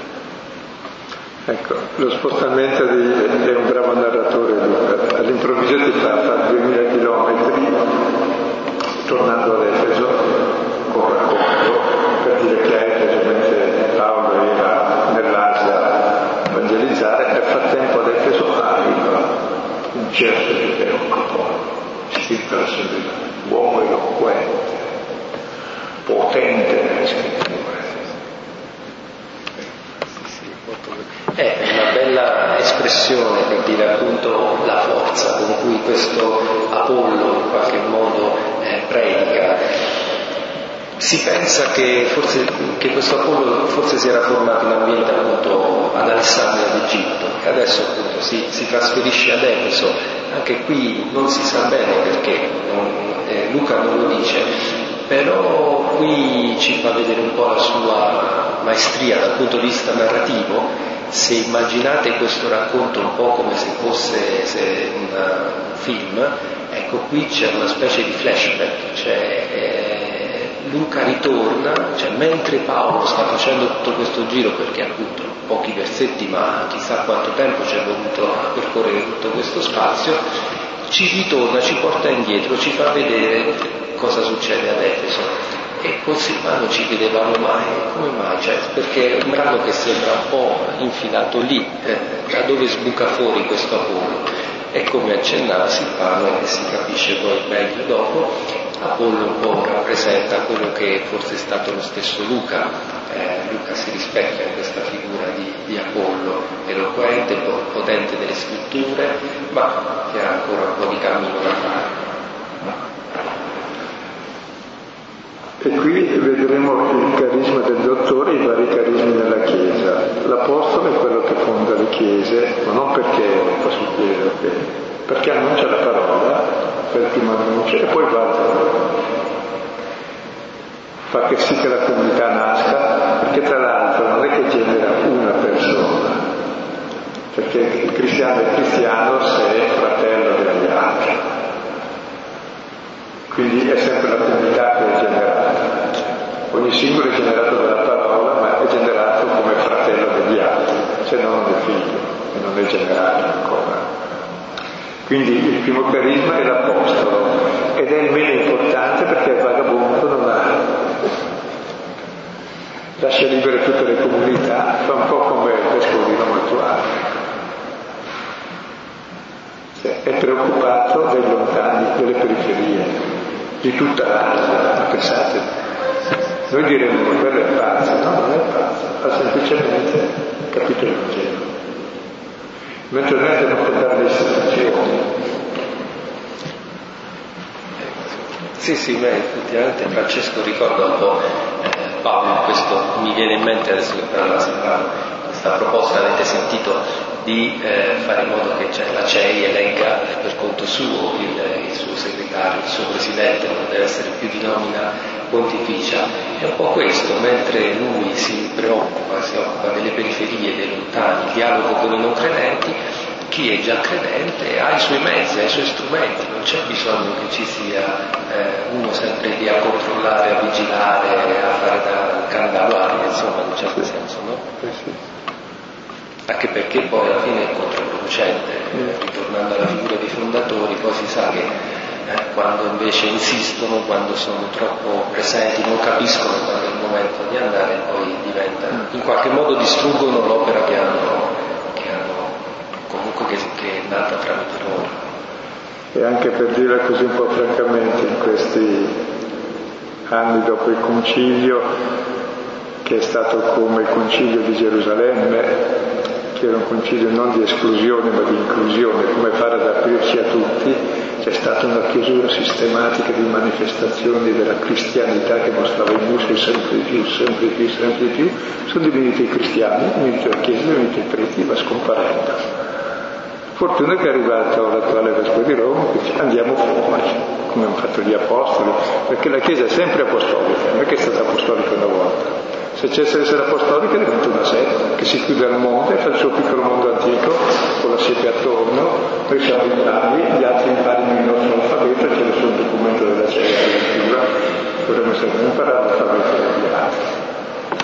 Ecco, lo spostamento di, è un bravo narratore, Luca. All'improvviso ti fa fare duemila chilometri tornando ad Efeso con racconto per dire che a Efeso, mentre Paolo era nell'Asia a evangelizzare, nel frattempo ad Efeso arriva un certo Filippo, scritto la sua uomo eloquente, potente nelle scritture. È una bella espressione per dire appunto la forza con cui questo Apollo in qualche modo eh, predica. Si pensa che forse che questo Apollo forse si era formato in ambiente appunto ad Alessandria d'Egitto e adesso appunto si, si trasferisce ad Efeso. Anche qui non si sa bene perché, non, eh, Luca non lo dice, però qui ci fa vedere un po' la sua maestria dal punto di vista narrativo. Se immaginate questo racconto un po' come se fosse se un, un film, ecco qui c'è una specie di flashback, cioè eh, Luca ritorna, cioè mentre Paolo sta facendo tutto questo giro, perché appunto pochi versetti ma chissà quanto tempo ci è voluto a percorrere tutto questo spazio, ci ritorna, ci porta indietro, ci fa vedere cosa succede ad Efeso. E con Silvano ci chiedevamo mai, come mai? Cioè, perché è un brano che sembra un po' infilato lì, eh, da dove sbuca fuori questo Apollo. E come accennava Silvano, e si capisce poi meglio dopo, Apollo un po' rappresenta quello che forse è stato lo stesso Luca. Eh, Luca si rispecchia in questa figura di, di Apollo, eloquente, potente delle scritture, ma che ha ancora un po' di cammino da fare. E qui vedremo il carisma del dottore, i vari carismi nella Chiesa. L'Apostolo è quello che fonda le Chiese, ma non perché fa su Chiesa, perché annuncia la parola, per il primo annuncio, e poi va fa che sì che la comunità nasca, perché tra l'altro non è che genera una persona, perché il cristiano è cristiano se è fratello degli altri. Quindi è sempre la comunità che è generata. Ogni singolo è generato dalla parola, ma è generato come fratello degli altri, se no non è figlio, e non è generato ancora. Quindi il primo carisma è l'Apostolo, ed è il meno importante perché il vagabondo non ha. Lascia libere tutte le comunità, fa un po' come il vescovo di Roma attuale. È preoccupato dei lontani, delle periferie, di tutta l'Asia, ma pensate, noi diremmo che quello è pazzo, no, non è pazzo, ha semplicemente capito il Vangelo. Mentre noi andiamo a portare le istituzioni. Sì, sì, beh, effettivamente Francesco ricorda un po' eh, Paolo, questo mi viene in mente adesso che parla Silvano, questa proposta avete sentito di eh, fare in modo che cioè, la C E I elegga per conto suo il, il suo segretario, il suo presidente, non deve essere più di nomina pontificia. È un po' questo, mentre lui si preoccupa, si occupa delle periferie, dei lontani, dialogo con i non credenti, chi è già credente ha i suoi mezzi, ha i suoi strumenti, non c'è bisogno che ci sia eh, uno sempre lì a controllare, a vigilare, a fare da candaguardia, insomma, in un certo senso, no? Anche perché poi alla fine è controproducente, ritornando alla figura dei fondatori, poi si sa che eh, quando invece insistono, quando sono troppo presenti, non capiscono quando è il momento di andare, poi diventa, in qualche modo distruggono l'opera che hanno, che hanno comunque che, che è nata tramite loro. E anche per dire così un po' francamente, in questi anni dopo il concilio, che è stato come il concilio di Gerusalemme, che era un concilio non di esclusione ma di inclusione, come fare ad aprirci a tutti, c'è stata una chiusura sistematica di manifestazioni della cristianità che mostrava i muscoli sempre di più, sempre di più, sempre di più, sono diminuiti i cristiani, diminuiti la Chiesa, diminuiti i preti, va scomparendo. Fortuna che è arrivato l'attuale vescovo di Roma, che dice andiamo fuori, come hanno fatto gli apostoli, perché la Chiesa è sempre apostolica, non è che è stata apostolica una volta. Se cessa di essere apostolica diventa una setta che si chiude al mondo e fa il suo piccolo mondo antico con la siepe attorno, noi siamo impari, gli altri imparino il nostro alfabeto, c'è nessun documento della C E I di lettura, dovremmo sempre imparare l'alfabeto degli altri.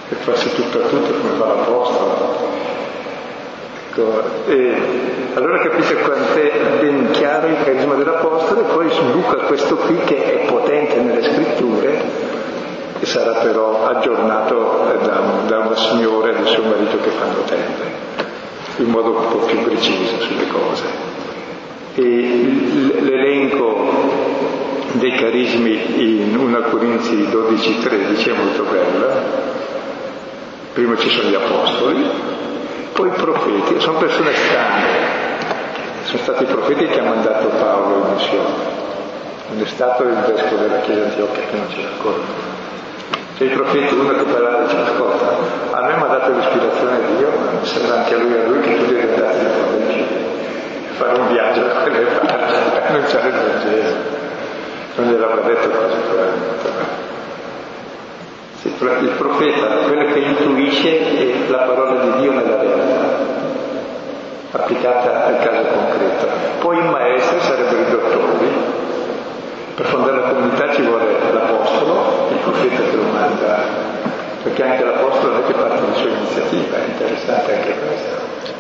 e farsi tutto a tutto come fa l'Apostolo. Ecco, e allora capite quant'è ben chiaro il carisma dell'Apostolo, e poi sviluppa questo qui che è potente nelle scritture e sarà però aggiornato da, da una signora e del suo marito che fanno tempo, in modo un po' più preciso sulle cose. E l'elenco dei carismi in prima Corinzi dodici tredici è molto bello. Prima ci sono gli apostoli, poi i profeti, sono persone stanche, sono stati i profeti che ha mandato Paolo in missione, non è stato il vescovo della Chiesa di Antiochia che non ce l'ha. Cioè i profeti, uno che parlava dice: ascolta, a me mi ha dato l'ispirazione di Dio, ma mi sembra anche a lui a lui che tu devi andare da fare un viaggio da quelle parti, annunciare il Vangelo. Non gliel'aveva detto così probabilmente. Sì, il profeta, quello che intuisce la parola di Dio nella realtà, applicata al caso concreto. Poi i maestri sarebbero i dottori. Per fondare la comunità ci vuole l'apostolo, il profeta che lo manda, perché anche l'apostolo non è che parte di sua iniziativa, è interessante anche questo.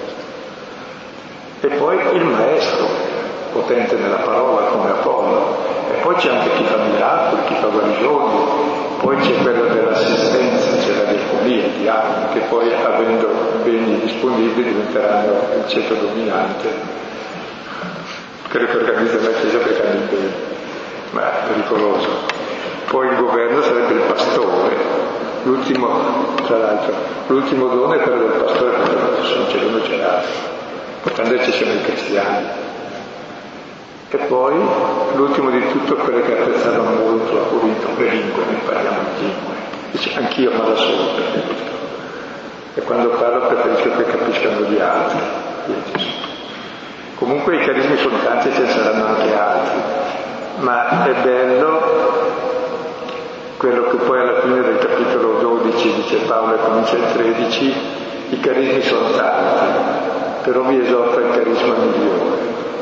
E poi il maestro, potente nella parola come Apollo, e poi c'è anche chi fa miracoli, chi fa guarigioni, poi c'è quello dell'assistenza, c'è la diaconia, il diacono, che poi avendo beni disponibili diventeranno il ceto dominante, quello che organizza la Chiesa perché hanno il bene. Ma è pericoloso. Poi il governo sarebbe il pastore, l'ultimo, tra l'altro, l'ultimo dono è quello del pastore, perché se non c'è uno c'è l'altro, portando ci siamo i cristiani. E poi l'ultimo di tutto è quello che apprezzavano molto a Corinto, le lingue, noi parliamo di lingue, dice anch'io ma da solo preferisco, e quando parlo preferisco che capiscano gli altri. Comunque i carismi sono tanti e ce ne saranno anche altri. Ma è bello quello che poi alla fine del capitolo dodici dice Paolo e comincia il tredici: i carismi sono tanti, però vi esorto il carisma migliore,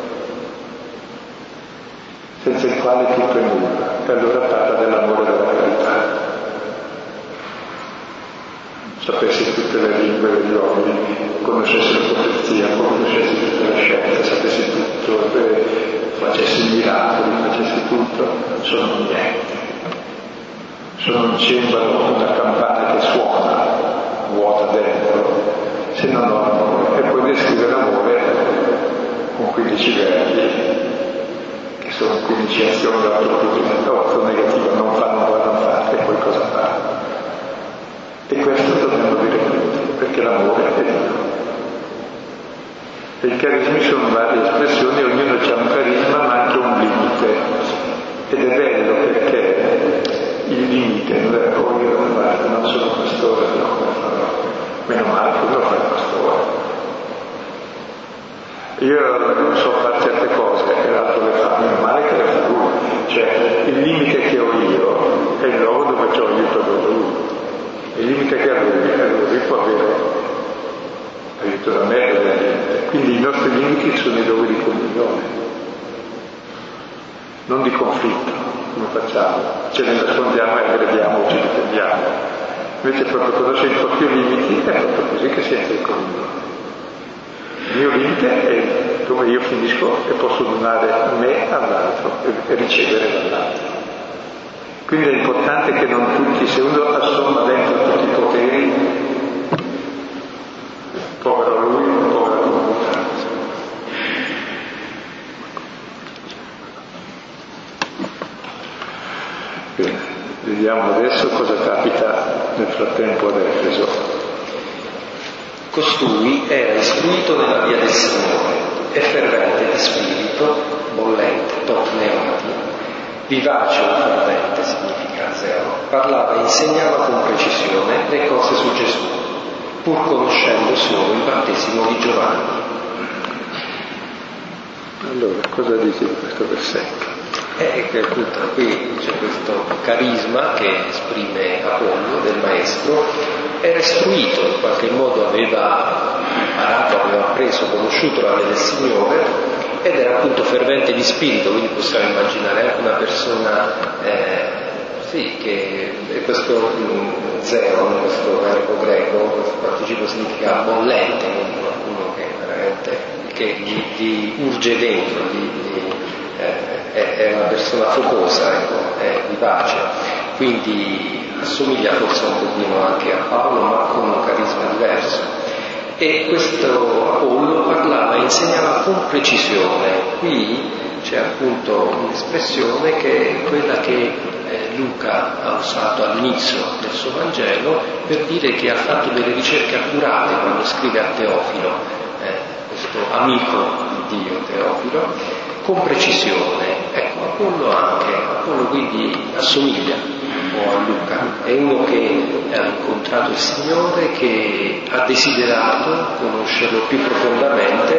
senza il quale tutto è nulla. E allora parla dell'amore della carità. Sapessi tutte le lingue degli uomini, conoscessi la profezia, conoscessi tutta la scienza, sapessi tutto, eh, facessi miracoli, facessi tutto, sono niente. Sono un cembalo, una campana che suona, vuota dentro, se non ho amore. E poi descrive l'amore con quindici verbi, che sono quindici azioni dell'autorità negativa, non fa, non vuole, non fa, e poi cosa fa? E questo dobbiamo dire tutti, perché l'amore è Dio. E i carismi sono varie espressioni, ognuno ha un carisma ma anche un limite. Ed è bello perché il limite non è oh io non guardo, non sono pastore, no, come farò? Meno male che uno fa il pastore. Io non so fare certe cose e l'altro le fa, meno male che le fa lui. Cioè il limite che ho io è il luogo dove c'ho aiuto da lui. Il limite che ha lui è lui può avere aiuto da me e da gente. Quindi i nostri limiti sono i luoghi di comunione, non di conflitto, come facciamo? Ce ne nascondiamo e aggrediamo o ci difendiamo. Invece proprio quando si impone più limiti è proprio così che si entra in comunione. Il mio limite è dove io finisco e posso donare a me all'altro e ricevere dall'altro. Quindi è importante che non tutti, se uno assomma dentro tutti i poteri, povero lui, povera comunità. Bene, vediamo adesso cosa capita nel frattempo ad Efeso. Costui era istruito nella via del Signore, è fervente di spirito, bollente, tot neonati, vivace o fervente significa zero, parlava e insegnava con precisione le cose su Gesù, pur conoscendo solo il battesimo di Giovanni. Allora, cosa dice di questo versetto? È che appunto qui c'è questo carisma che esprime Apollo del maestro, era istruito, in qualche modo aveva imparato, aveva appreso, conosciuto la via del Signore ed era appunto fervente di spirito, quindi possiamo immaginare anche una persona eh, sì, che questo zeon, questo verbo greco, questo participo significa bollente, quindi qualcuno che veramente che gli, gli urge dentro, gli, gli, eh, è, è una persona focosa, ecco, è vivace, quindi assomiglia forse un pochino anche a Paolo, ma con un carisma diverso. E questo Apollo parlava e insegnava con precisione. Qui c'è appunto un'espressione che è quella che eh, Luca ha usato all'inizio del suo Vangelo per dire che ha fatto delle ricerche accurate quando scrive a Teofilo, eh, questo amico di Dio Teofilo, con precisione. Ecco, Apollo anche, Apollo quindi assomiglia un po' a Luca, è uno che ha incontrato il Signore, che ha desiderato conoscerlo più profondamente,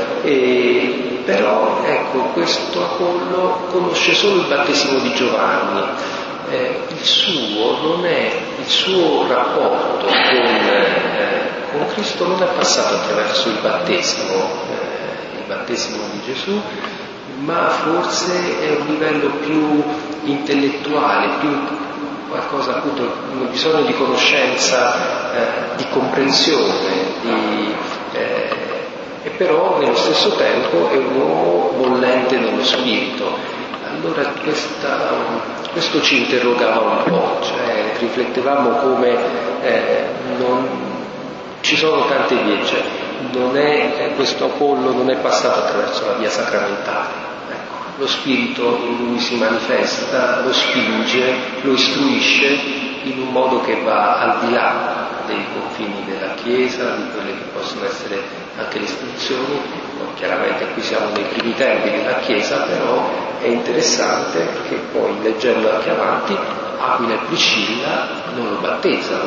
e però ecco, questo Apollo conosce solo il battesimo di Giovanni. Eh, il suo non è, il suo rapporto con, eh, con Cristo non è passato attraverso il battesimo, eh, il battesimo di Gesù, ma forse è un livello più intellettuale, più qualcosa appunto, un bisogno di conoscenza, eh, di comprensione, di, eh, e però nello stesso tempo è un uomo bollente nello spirito. Allora questa, questo ci interrogava un po', cioè riflettevamo come eh, non, ci sono tante vie, cioè non è, questo Apollo non è passato attraverso la via sacramentale. Lo Spirito in lui si manifesta, lo spinge, lo istruisce in un modo che va al di là dei confini della Chiesa, di quelle che possono essere anche le istituzioni. Chiaramente qui siamo nei primi tempi della Chiesa, però è interessante che poi, leggendo anche avanti, Aquila e Priscilla non lo battezzano,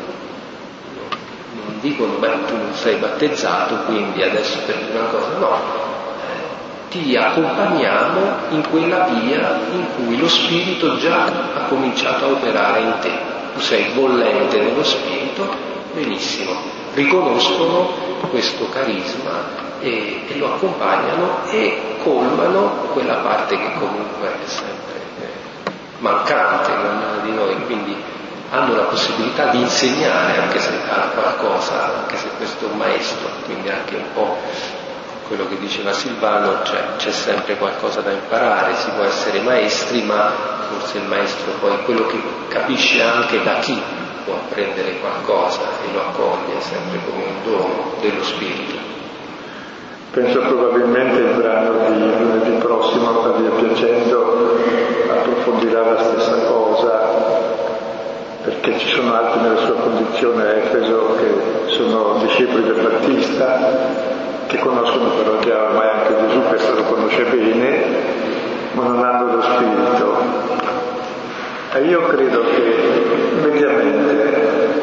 non dicono beh tu non sei battezzato quindi adesso per una cosa, no. Ti accompagniamo in quella via in cui lo Spirito già ha cominciato a operare in te. Tu sei bollente nello Spirito, benissimo. Riconoscono questo carisma e, e lo accompagnano e colmano quella parte che comunque è sempre eh, mancante in ognuno di noi. Quindi hanno la possibilità di insegnare anche se ha qualcosa, anche se questo è un maestro, quindi anche un po' quello che diceva Silvano, cioè c'è sempre qualcosa da imparare, si può essere maestri, ma forse il maestro poi è quello che capisce anche da chi può apprendere qualcosa e lo accoglie sempre come un dono dello Spirito. Penso probabilmente il brano di lunedì prossimo, per via piacendo, approfondirà la stessa cosa, perché ci sono altri nella sua condizione a Efeso che sono discepoli del Battista, che conoscono però già ormai anche Gesù, questo lo conosce bene, ma non hanno lo Spirito. E io credo che mediamente,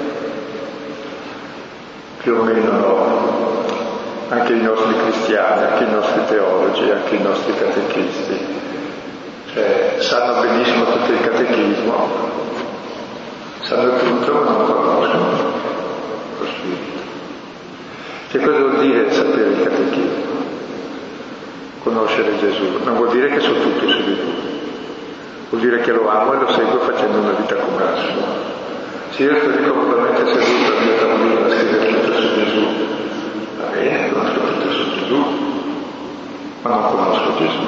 più o meno, anche i nostri cristiani, anche i nostri teologi, anche i nostri catechisti, cioè, sanno benissimo tutto il catechismo, sanno tutto ma non conoscono lo Spirito. Che cosa vuol dire sapere il catechismo? Conoscere Gesù? Non vuol dire che so tutto su di lui, vuol dire che lo amo e lo seguo facendo una vita come la sua. Se io sto ricomodamente seduto al mio tavolino a scrivere tutto su Gesù, va bene, conosco tutto su Gesù, ma non conosco Gesù.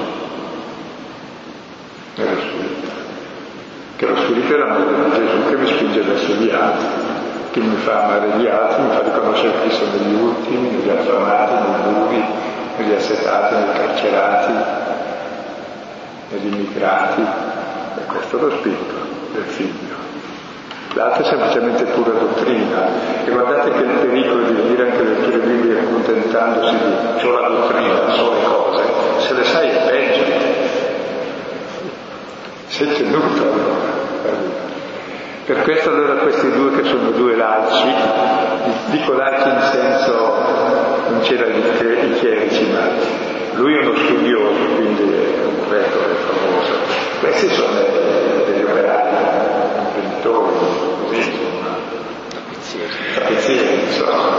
È lo Spirito. Che lo Spirito è l'amore di Gesù che mi spinge verso gli altri, che mi fa amare gli altri, mi fa riconoscere chi sono gli ultimi, negli affamati, nei buchi, negli assetati, nei carcerati, negli immigrati. E questo è lo spirito del Figlio. L'altro è semplicemente pura dottrina. E guardate che il pericolo di venire anche le letture bibliche accontentandosi di c'ho la dottrina, so le cose, se le sai è peggio. Sei tenuto allora. Per questo allora questi due che sono due laici, dico laici in senso, non c'era i chierici, ma lui è uno studioso, quindi è un retore famoso. Questi sono degli operai, imprenditori, così, insomma, tappezzieri, insomma,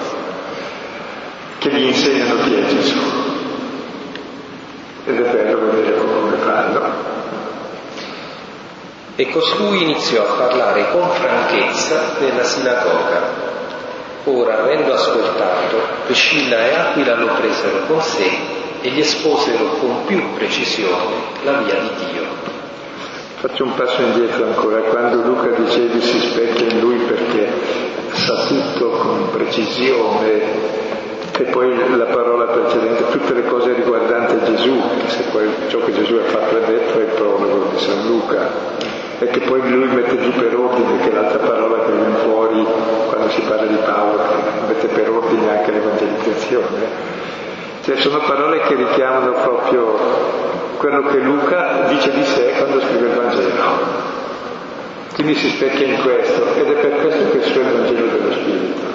che gli insegnano chi è Gesù. Ed è bello vedere come fanno. E costui iniziò a parlare con franchezza nella sinagoga. Ora, avendo ascoltato, Priscilla e Aquila lo presero con sé e gli esposero con più precisione la via di Dio. Faccio un passo indietro ancora. Quando Luca dicevi si specchia in lui perché sa tutto con precisione, e poi la parola precedente, tutte le cose riguardanti Gesù, che se poi ciò che Gesù ha fatto e detto è il prologo di San Luca, e che poi lui mette giù per ordine, che è l'altra parola che viene fuori quando si parla di Paolo, che mette per ordine anche l'evangelizzazione. Cioè sono parole che richiamano proprio quello che Luca dice di sé quando scrive il Vangelo. Quindi si specchia in questo, ed è per questo che il suo è il Vangelo dello Spirito.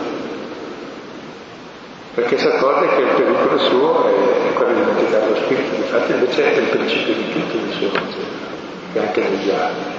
Perché si accorge che il pericolo suo è quello di dimenticare lo Spirito, infatti invece è il principio di tutto il suo Vangelo, e anche negli altri.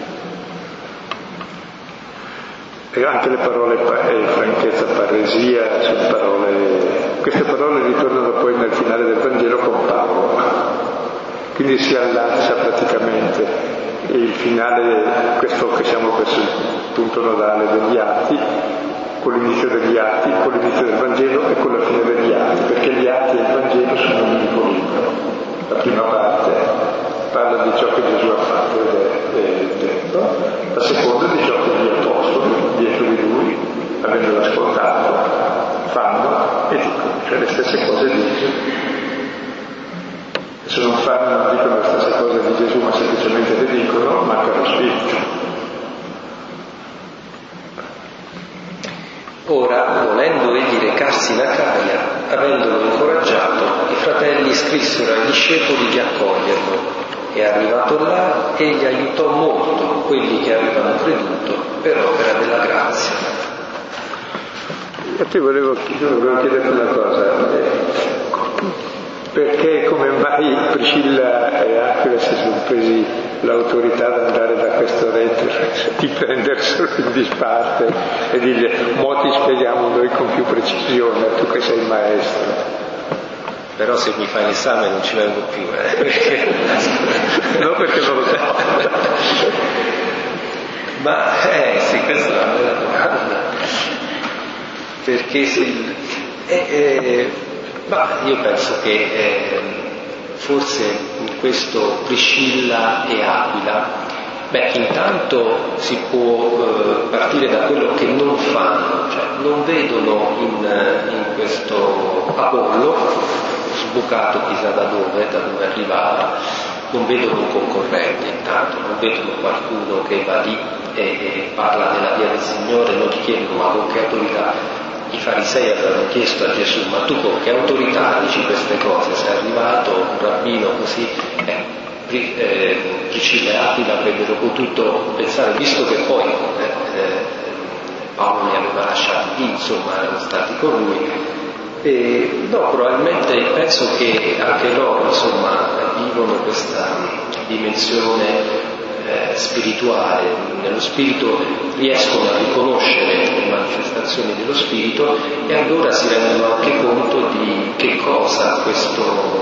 E anche le parole eh, franchezza, paresia, sono parole, queste parole ritornano poi nel finale del Vangelo con Paolo, quindi si allaccia praticamente il finale, questo che siamo verso il punto nodale degli Atti, con l'inizio degli Atti, con l'inizio del Vangelo e con la fine degli Atti, perché gli Atti e il Vangelo sono un unico libro. La prima parte parla di ciò che Gesù ha fatto ed è detto, la seconda di ciò che gli apostoli dietro di lui, avendolo ascoltato, fanno e dicono, cioè le stesse cose di Gesù. E se non fanno, non dicono le stesse cose di Gesù, ma semplicemente le dicono, manca lo Spirito. Ora, volendo egli recarsi in Acaia, avendolo incoraggiato, i fratelli scrissero ai discepoli di accoglierlo, e arrivato là egli aiutò molto quelli che avevano creduto per opera della grazia. Io ti volevo, volevo chiederti una cosa, perché come mai Priscilla e Aquila si sono presi l'autorità ad andare da questo retro, di prenderselo in disparte e dirgli mo ti spieghiamo noi con più precisione, tu che sei il maestro. Però se mi fai l'esame non ci vengo più, eh, perché... no, perché non lo so. Ma eh sì, questa è una bella domanda, perché si, eh, eh, ma io penso che eh, forse in questo Priscilla e Aquila, beh, intanto si può eh, partire da quello che non fanno, cioè non vedono in, in questo Apollo, sbucato chissà da dove, da dove arrivava, non vedono un concorrente intanto, non vedono qualcuno che va lì e, e parla della via del Signore, non gli chiedono ma con che autorità. I farisei avevano chiesto a Gesù, ma tu con che autorità dici queste cose? Sei arrivato un rabbino così, eh, eh, Priscilla e Aquila avrebbero potuto pensare, visto che poi eh, eh, Paolo li aveva lasciati lì, insomma erano stati con lui. E, no, probabilmente penso che anche loro insomma vivono questa dimensione eh, spirituale, nello spirito riescono a riconoscere le manifestazioni dello spirito e allora si rendono anche conto di che cosa questo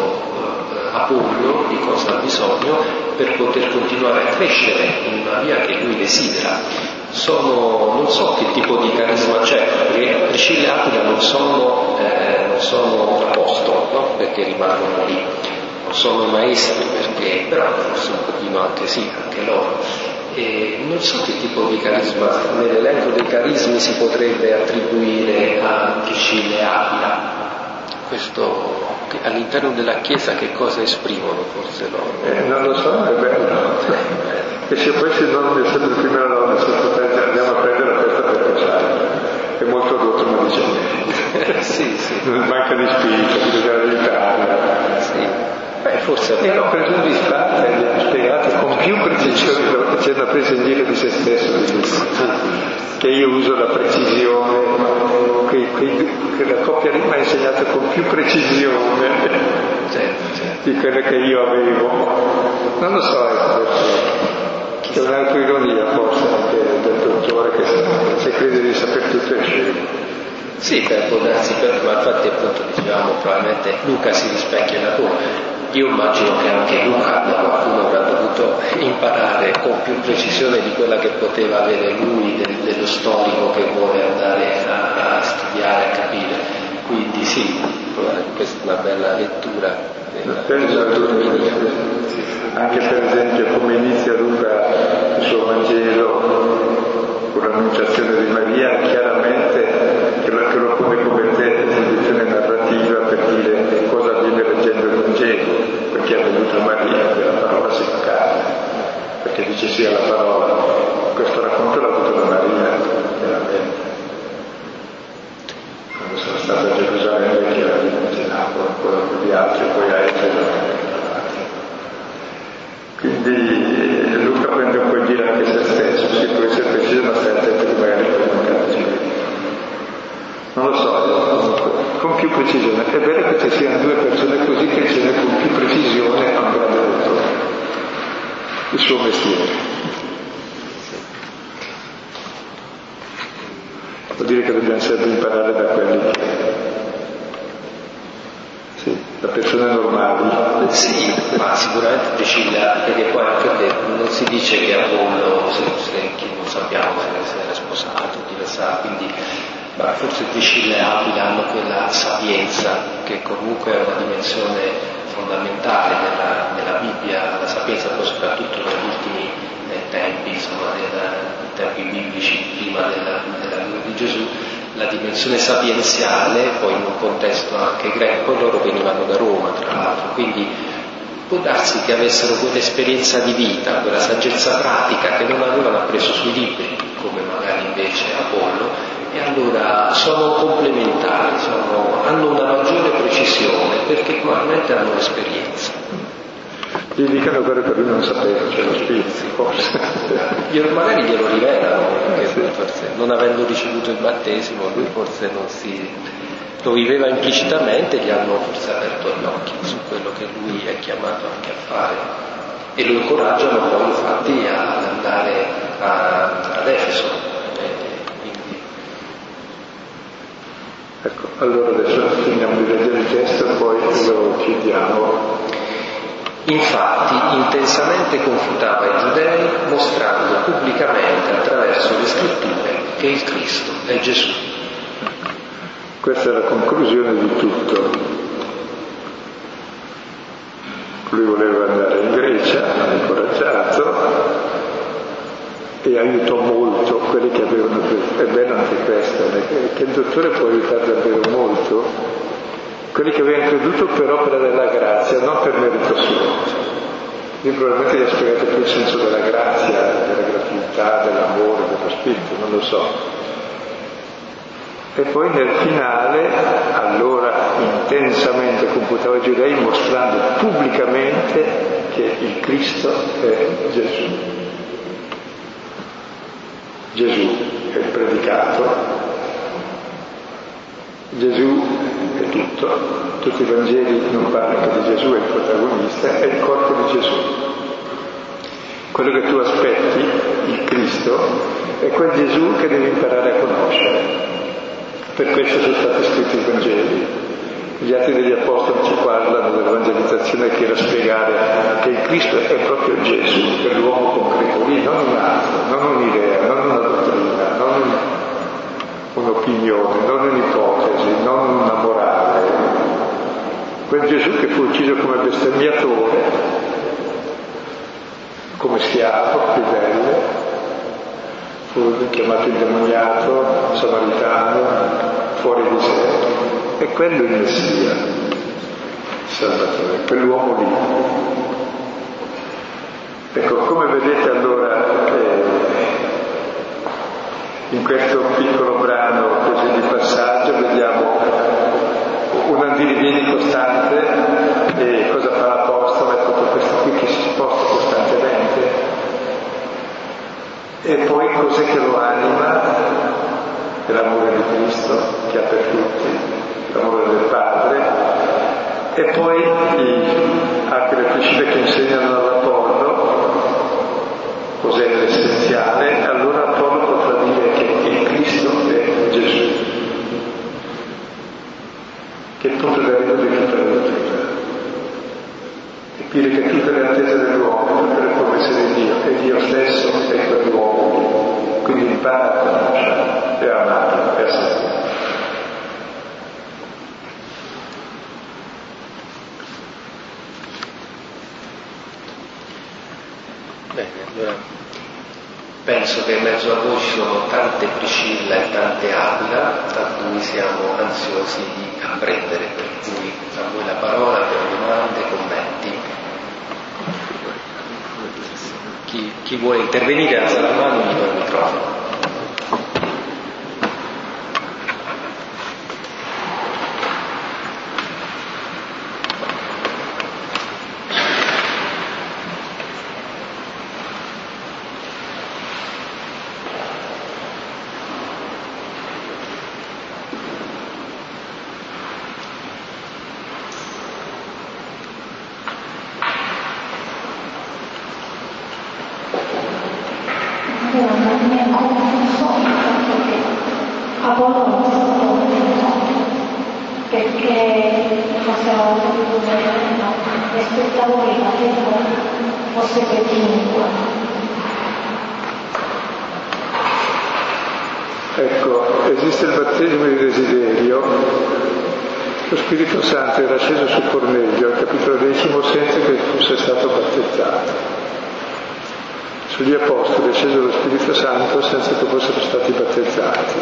eh, Apollo, di cosa ha bisogno per poter continuare a crescere in una via che lui desidera. Sono, non so che tipo di carisma c'è, perché Priscilla e Aquila non sono, eh, non sono apostoli, no? Perché rimangono lì, non sono maestri, perché, però forse un pochino anche sì, anche loro. E non so che tipo di carisma, nell'elenco dei carismi si potrebbe attribuire a Priscilla e Aquila. Questo, all'interno della Chiesa che cosa esprimono forse loro? Eh, non lo so, è bello. E se poi si non è sempre prima la donna, andiamo a prendere questa per pensare. È molto adulto, ma dice niente. Sì, sì. Non manca di spirito, bisogna aiutarla. Sì. Beh, forse e hanno preso in disparte e gli hanno spiegato con più precisione, c'è una presa in giro di se stesso, che io uso la precisione, che, che, che la coppia lì mi ha insegnato con più precisione certo, certo. di quelle che io avevo. Non lo so, è un'autoironia forse anche del dottore che se crede di saper tutto è scemo. Sì, per può darsi, per, ma infatti appunto dicevamo probabilmente Luca si rispecchia in Apollo. io immagino che anche Luca da qualcuno avrà dovuto imparare con più precisione di quella che poteva avere lui, del, dello storico che vuole andare a, a studiare, a capire. Quindi sì, questa è una bella lettura dell'autonomia. Anche per esempio come inizia Luca il suo Vangelo con l'annunciazione di Maria, chiaramente che lo, che lo pone come esibizione narrativa per dire cosa avviene leggendo il Vangelo, perché è venuta Maria, che la parola si fa carne, perché dice sì alla parola. Questo racconto l'ha avuto da Maria, chiaramente. Quando sono stato a Gerusalemme, che era immaginato ancora con gli altri, poi a Efeso. Quindi Luca prende un po' in giro anche se stesso, si può essere preciso, ma stai attento che magari poi non capita. Non lo so, con più precisione. È vero che ci siano due persone così che insieme con più precisione a un grande autore, il suo mestiere. Vuol dire che dobbiamo sempre imparare da quelli che... Sì, da persone normali. Sì, ma sicuramente Priscilla, perché poi anche detto, non si dice che Apollo, se, se, che non sappiamo se, se era sposato, diversa, quindi ma forse Priscilla e Aquila hanno quella sapienza che comunque è una dimensione fondamentale nella, nella Bibbia, la sapienza poi soprattutto negli ultimi eh, tempi, insomma, nei tempi biblici, prima della, della venita di Gesù, la dimensione sapienziale, poi in un contesto anche greco, poi loro venivano da Roma tra l'altro, quindi può darsi che avessero quell'esperienza di vita, quella saggezza pratica che non avevano appreso sui libri, come magari invece Apollo, e allora sono complementari, sono, hanno una maggiore precisione perché probabilmente hanno esperienza. Gli dicono quello che lui non sapeva, cioè lo spirito, forse. Magari glielo rivelano, perché sì. Forse non avendo ricevuto il battesimo, lui forse non si... lo viveva implicitamente, gli hanno forse aperto gli occhi su quello che lui è chiamato anche a fare. E lo incoraggiano poi infatti ad andare a, ad Efeso. Ecco, allora adesso finiamo di leggere il testo e poi lo chiudiamo. Infatti intensamente confutava i giudei, mostrando pubblicamente attraverso le scritture che il Cristo è Gesù. Questa è la conclusione di tutto. Lui voleva andare in Grecia, ha incoraggiato e aiutò molto quelli che avevano preso. È bello anche questo, che il dottore può aiutare davvero molto quelli che avevano creduto per opera della grazia, non per merito suo. Io probabilmente gli ho spiegato più il senso della grazia, della gratuità, dell'amore, dello spirito, non lo so. E poi nel finale, allora intensamente computava i giudei, mostrando pubblicamente che il Cristo è Gesù. Gesù è il predicato, Gesù è tutto, tutti i Vangeli non parlano che di Gesù, è il protagonista, è il corpo di Gesù. Quello che tu aspetti, il Cristo, è quel Gesù che devi imparare a conoscere. Per questo sono stati scritti i Vangeli. Gli Atti degli Apostoli ci parlano dell'evangelizzazione che era spiegare che il Cristo è proprio Gesù, è l'uomo concreto lì, non un altro, non un'idea, non una dottrina, non un, un'opinione, non un'ipotesi, non una morale. Quel Gesù che fu ucciso come bestemmiatore, come schiavo, fedele, fu chiamato indemoniato, samaritano, fuori di sé. E quello è il Messia, Salvatore, quell'uomo lì. Ecco, come vedete allora eh, in questo piccolo brano così di passaggio vediamo un andirivieni costante e cosa fa l'Apostolo, è proprio questo qui che si sposta costantemente, e poi cos'è che lo anima, è l'amore di Cristo che ha per tutti, l'amore del Padre, e poi anche le principie che insegnano all'Apollo cos'è l'essenziale. Allora Apollo potrà dire che il Cristo è Gesù, che è il punto d'arrivo di tutta la dottrina. capire che tutte le attese dell'uomo, tutte le promesse di Dio, e Dio stesso è quell'uomo, quindi impara a conoscere e a amare e a servire. Bene, allora penso che in mezzo a voi ci sono tante Priscilla e tante Aquila da cui siamo ansiosi di apprendere, per cui a voi la parola per domande, commenti. Chi, chi vuole intervenire alza la mano e gli do il microfono. Ecco, esiste il battesimo di desiderio. Lo Spirito Santo era sceso su Cornelio al capitolo decimo senza che fosse stato battezzato. Sugli apostoli è sceso lo Spirito Santo senza che fossero stati battezzati.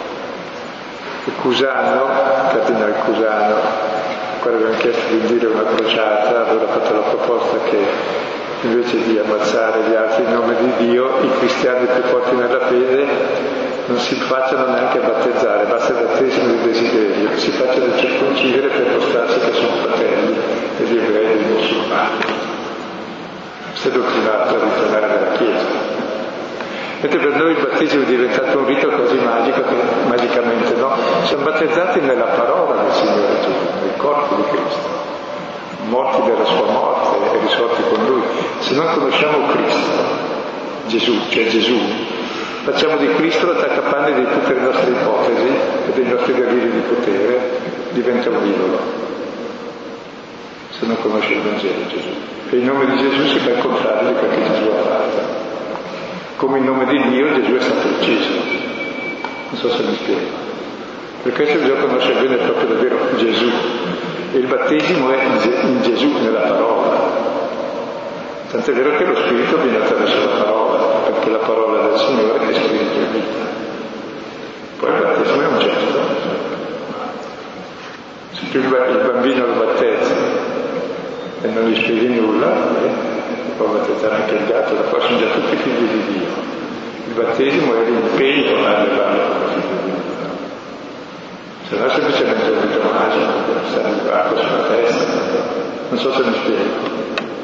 E Cusano, il cardinale Cusano, quando avevano chiesto di indire una crociata, aveva fatto la proposta che invece di ammazzare gli altri in nome di Dio, i cristiani più forti nella fede non si facciano neanche battezzare, basta il battesimo di desiderio, si facciano circoncidere per mostrarsi che sono fratelli degli ebrei e dei musulmani. Questo è dottrinato a ritornare nella Chiesa. Mentre per noi il battesimo è diventato un rito così magico che magicamente no, siamo battezzati nella parola del Signore Gesù, nel corpo di Cristo, morti della sua morte e risorti con Lui. Se non conosciamo Cristo, Gesù, che è Gesù, facciamo di Cristo l'attaccapanne di tutte le nostre ipotesi e dei nostri deliri di potere, diventa un idolo. Se non conosce il Vangelo Gesù. E in nome di Gesù si fa il contrario di quel che Gesù ha fatto. Come in nome di Dio Gesù è stato ucciso. Non so se mi spiego. Per questo bisogna conoscere bene proprio davvero Gesù. E il battesimo è in Gesù, nella parola. Tant'è vero che lo Spirito viene attraverso la parola, perché la parola del Signore è Spirito e vita. Poi il battesimo è un gesto. Se tu il bambino lo battezzi e non gli spieghi nulla, eh, può battezzare anche il gatto, da qua sono già tutti figli di Dio. Il battesimo è l'impegno a arrivare come figlio di Dio. Se no è semplicemente un rito magico, stare in barco sulla testa. Non so se mi spiego.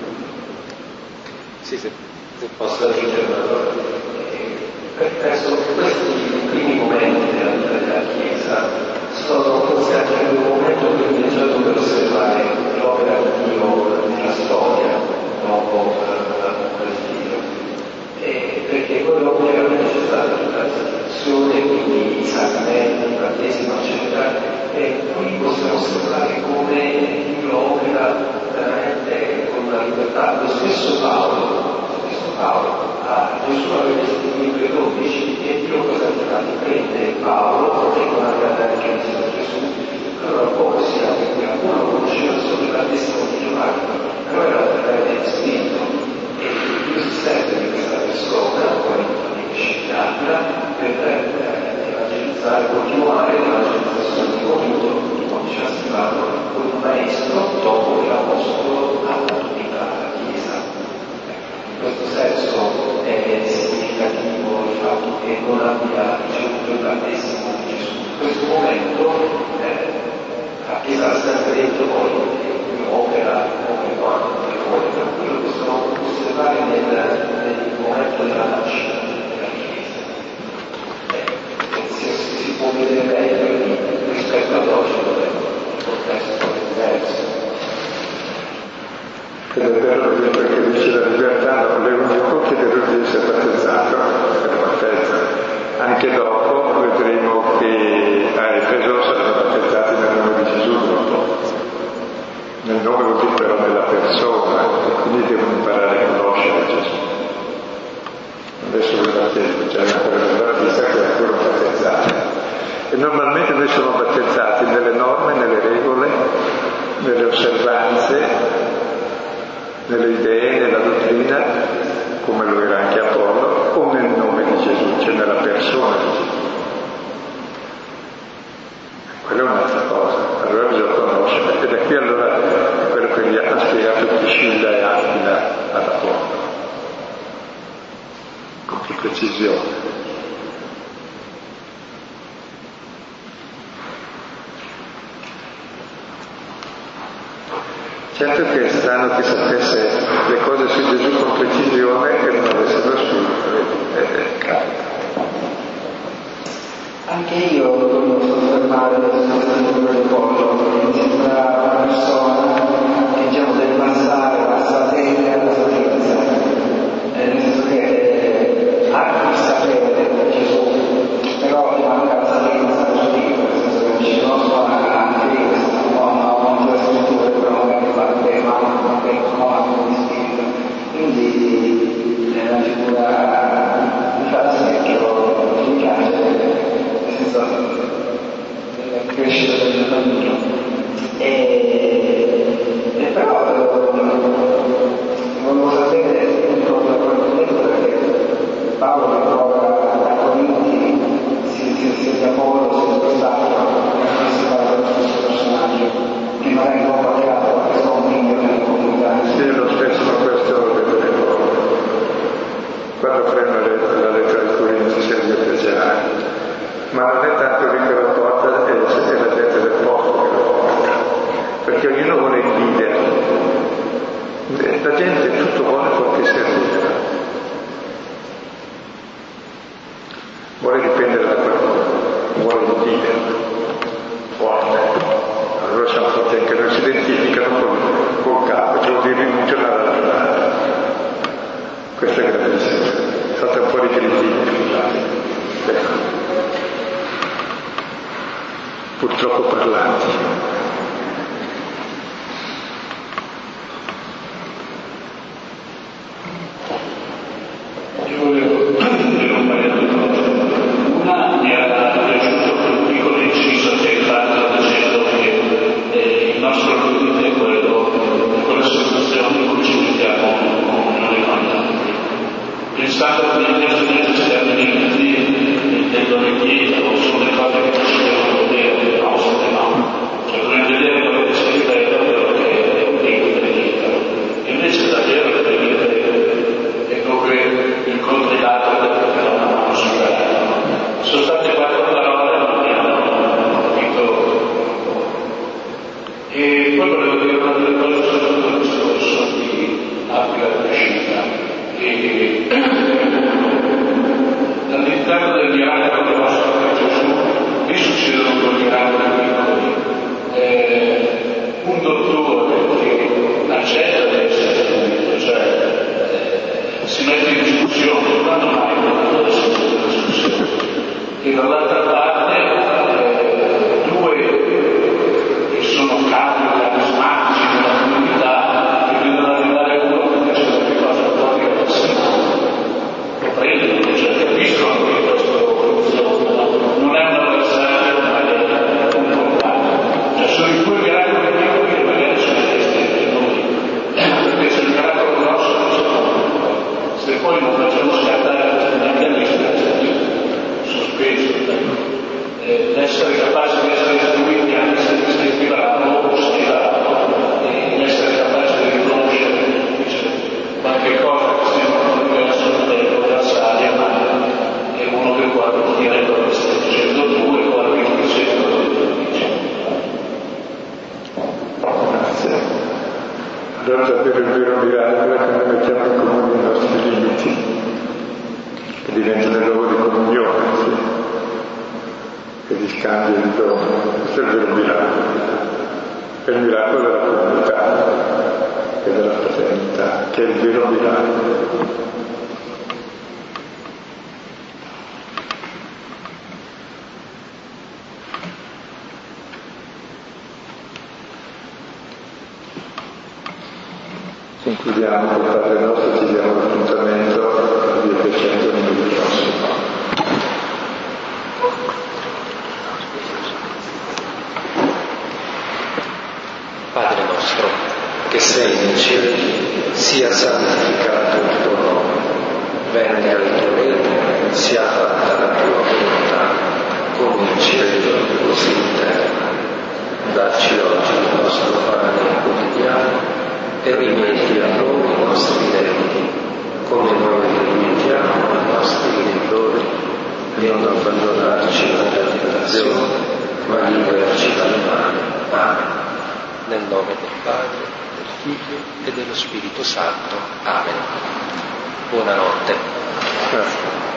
Sì, sì. Se posso aggiungere una cosa, penso che questi primi momenti della vita della Chiesa sono forse anche un momento privilegiato per osservare l'opera di Dio nella storia dopo quel Dio. E perché poi dopo chiaramente c'è stata tutta la istituzione, quindi i sacramenti, il battesimo, eccetera, e qui possiamo osservare come Dio opera veramente con una libertà. Lo stesso Paolo, Paolo a Gesù aveva istituito i dodici e Dio cosa fa? Prende Paolo e non aveva dato il Cristo a Gesù. Allora poi si apre uno conosceva solo il battesimo di Giovanni, però era la del Spirito e Dio si serve di questa persona, poi di scegliarla per evangelizzare, continuare l'evangelizzazione di Corinto, come diceva Stefano, con un maestro dopo che l'apostolo ha dato vita alla Chiesa. In questo senso è significativo il fatto che non abbia ricevuto il battesimo di Gesù. In questo momento eh, la Chiesa ha sempre detto poi opera come quando, per cui lo possiamo osservare nel, nel momento della nascita della Chiesa. Eh, si, si può vedere meglio rispetto ad oggi dove il contesto è diverso. Ed è vero perché dice la libertà, non volevo dico chiedere di essere battezzato, per battezza. Anche dopo vedremo che a Efeso saranno battezzati nel nome di Gesù dopo. Nel nome vuol dire però della persona, nelle idee, nella dottrina, come lo era anche Apollo, o nel nome di Gesù, cioè nella persona di Gesù. Quella è un'altra cosa, allora bisogna conoscere, e da qui allora è quello che gli ha spiegato Priscilla e Aquila ad Apollo, con più precisione. Certo che è strano che sapesse le cose su Gesù con precisione e non avessero su, è, è capita. Anche io voglio soffermare sul protocollo, mi sembra una persona che diciamo deve passare dalla strategia alla sapienza, eh, nel senso che ha il sapere da Gesù, però gli manca la sapienza da Gesù, nel senso che ci sono anche questo, non le strutture, però magari parte ma magari no, di spirito, quindi è una figura di farseggio che mi piace. Della crescita del bambino e, e però volevo sapere proprio quello detto perché Paolo trova a Corinti sia di Apollo sia di Stato e si parla di questo personaggio che magari non parlerà qualche convegno nella comunità. Sì, lo stesso, ma questo lo vedremo quando prendo la lettera di Corinti, se Dio piacerà. Ma non è tanto lì che lo porta, è la gente del posto che lo porta, perché ognuno vuole il leader. La gente tutto vuole fuorché servire, vuole dipendere da qualcuno, vuole il leader forte. Allora siamo forti anche noi, si identificano con col capo, cioè di rinunciare alla giornata. Questo è gravissimo, è stata un po' di critica, scusate. Ecco. Purtroppo parlanti. Io volevo dire un paio di cose. Una, mi ha piaciuto quel piccolo inciso che hai fatto dicendo che eh, il nostro limite è quello di quella situazione in cui ci mettiamo noi mandanti. Pensando che nel nostro necessità di limiti intendono in chiesa o sono le cose che ci devono vedere. Cioè dobbiamo vedere quello che si ripete quello che è un limite di vita. Invece davvero il limite è dove incontri l'altro che non ha una superata. Sono state quattro parole ma abbiamo capito. E poi volevo dire una delle cose su tutto il discorso di Aquila e Priscilla. E all'interno del miracolo che nostro per Gesù lì succedono con miracoli piccoli. Eh, un dottore che accetta di essere punito, cioè eh, si mette in discussione, quando mai un dottore si mette in discussione? E dall'altra parte eh, due che sono capi carismatici della comunità che vedono arrivare uno che dice qualche cosa proprio lo prendono, cioè capiscono che questo non è un avversario ma è un compagno. Cioè sono i due miracoli piccoli che magari sono questi per noi, perché se il miracolo grosso non c'è nulla. Se poi non facciamo scattare anche a lista sospeso, eh, l'essere capace di essere istruiti anche se ti sei bravo o sei bravo, e essere capace di riconoscere qualche cosa che sembra un diverso dall'avversario, ma è uno che guarda può dire quello che stai dicendo tu e guarda che ti dicendo quello che tu dici. Grazie. Allora davvero il vero miracolo è che noi mettiamo in comune i nostri limiti, che diventano il luogo di comunione, sì, che li scambia il dono. Questo è il vero miracolo. È il miracolo della comunità e della fraternità, che è il vero miracolo. Concludiamo col Padre nostro, ci diamo l'appuntamento Dio piacendo lunedì prossimo. Padre nostro, che sei nei cieli, sia santificato il tuo nome, venga il tuo regno, sia fatta la tua volontà, come in cielo così in terra. Dacci oggi il nostro pane quotidiano e rimetti a noi i nostri debiti, come noi rimettiamo ai nostri debitori, e non abbandonarci alla tentazione, ma liberaci dal male. Amen. Nel nome del Padre, del Figlio e dello Spirito Santo. Amen. Buonanotte. Grazie.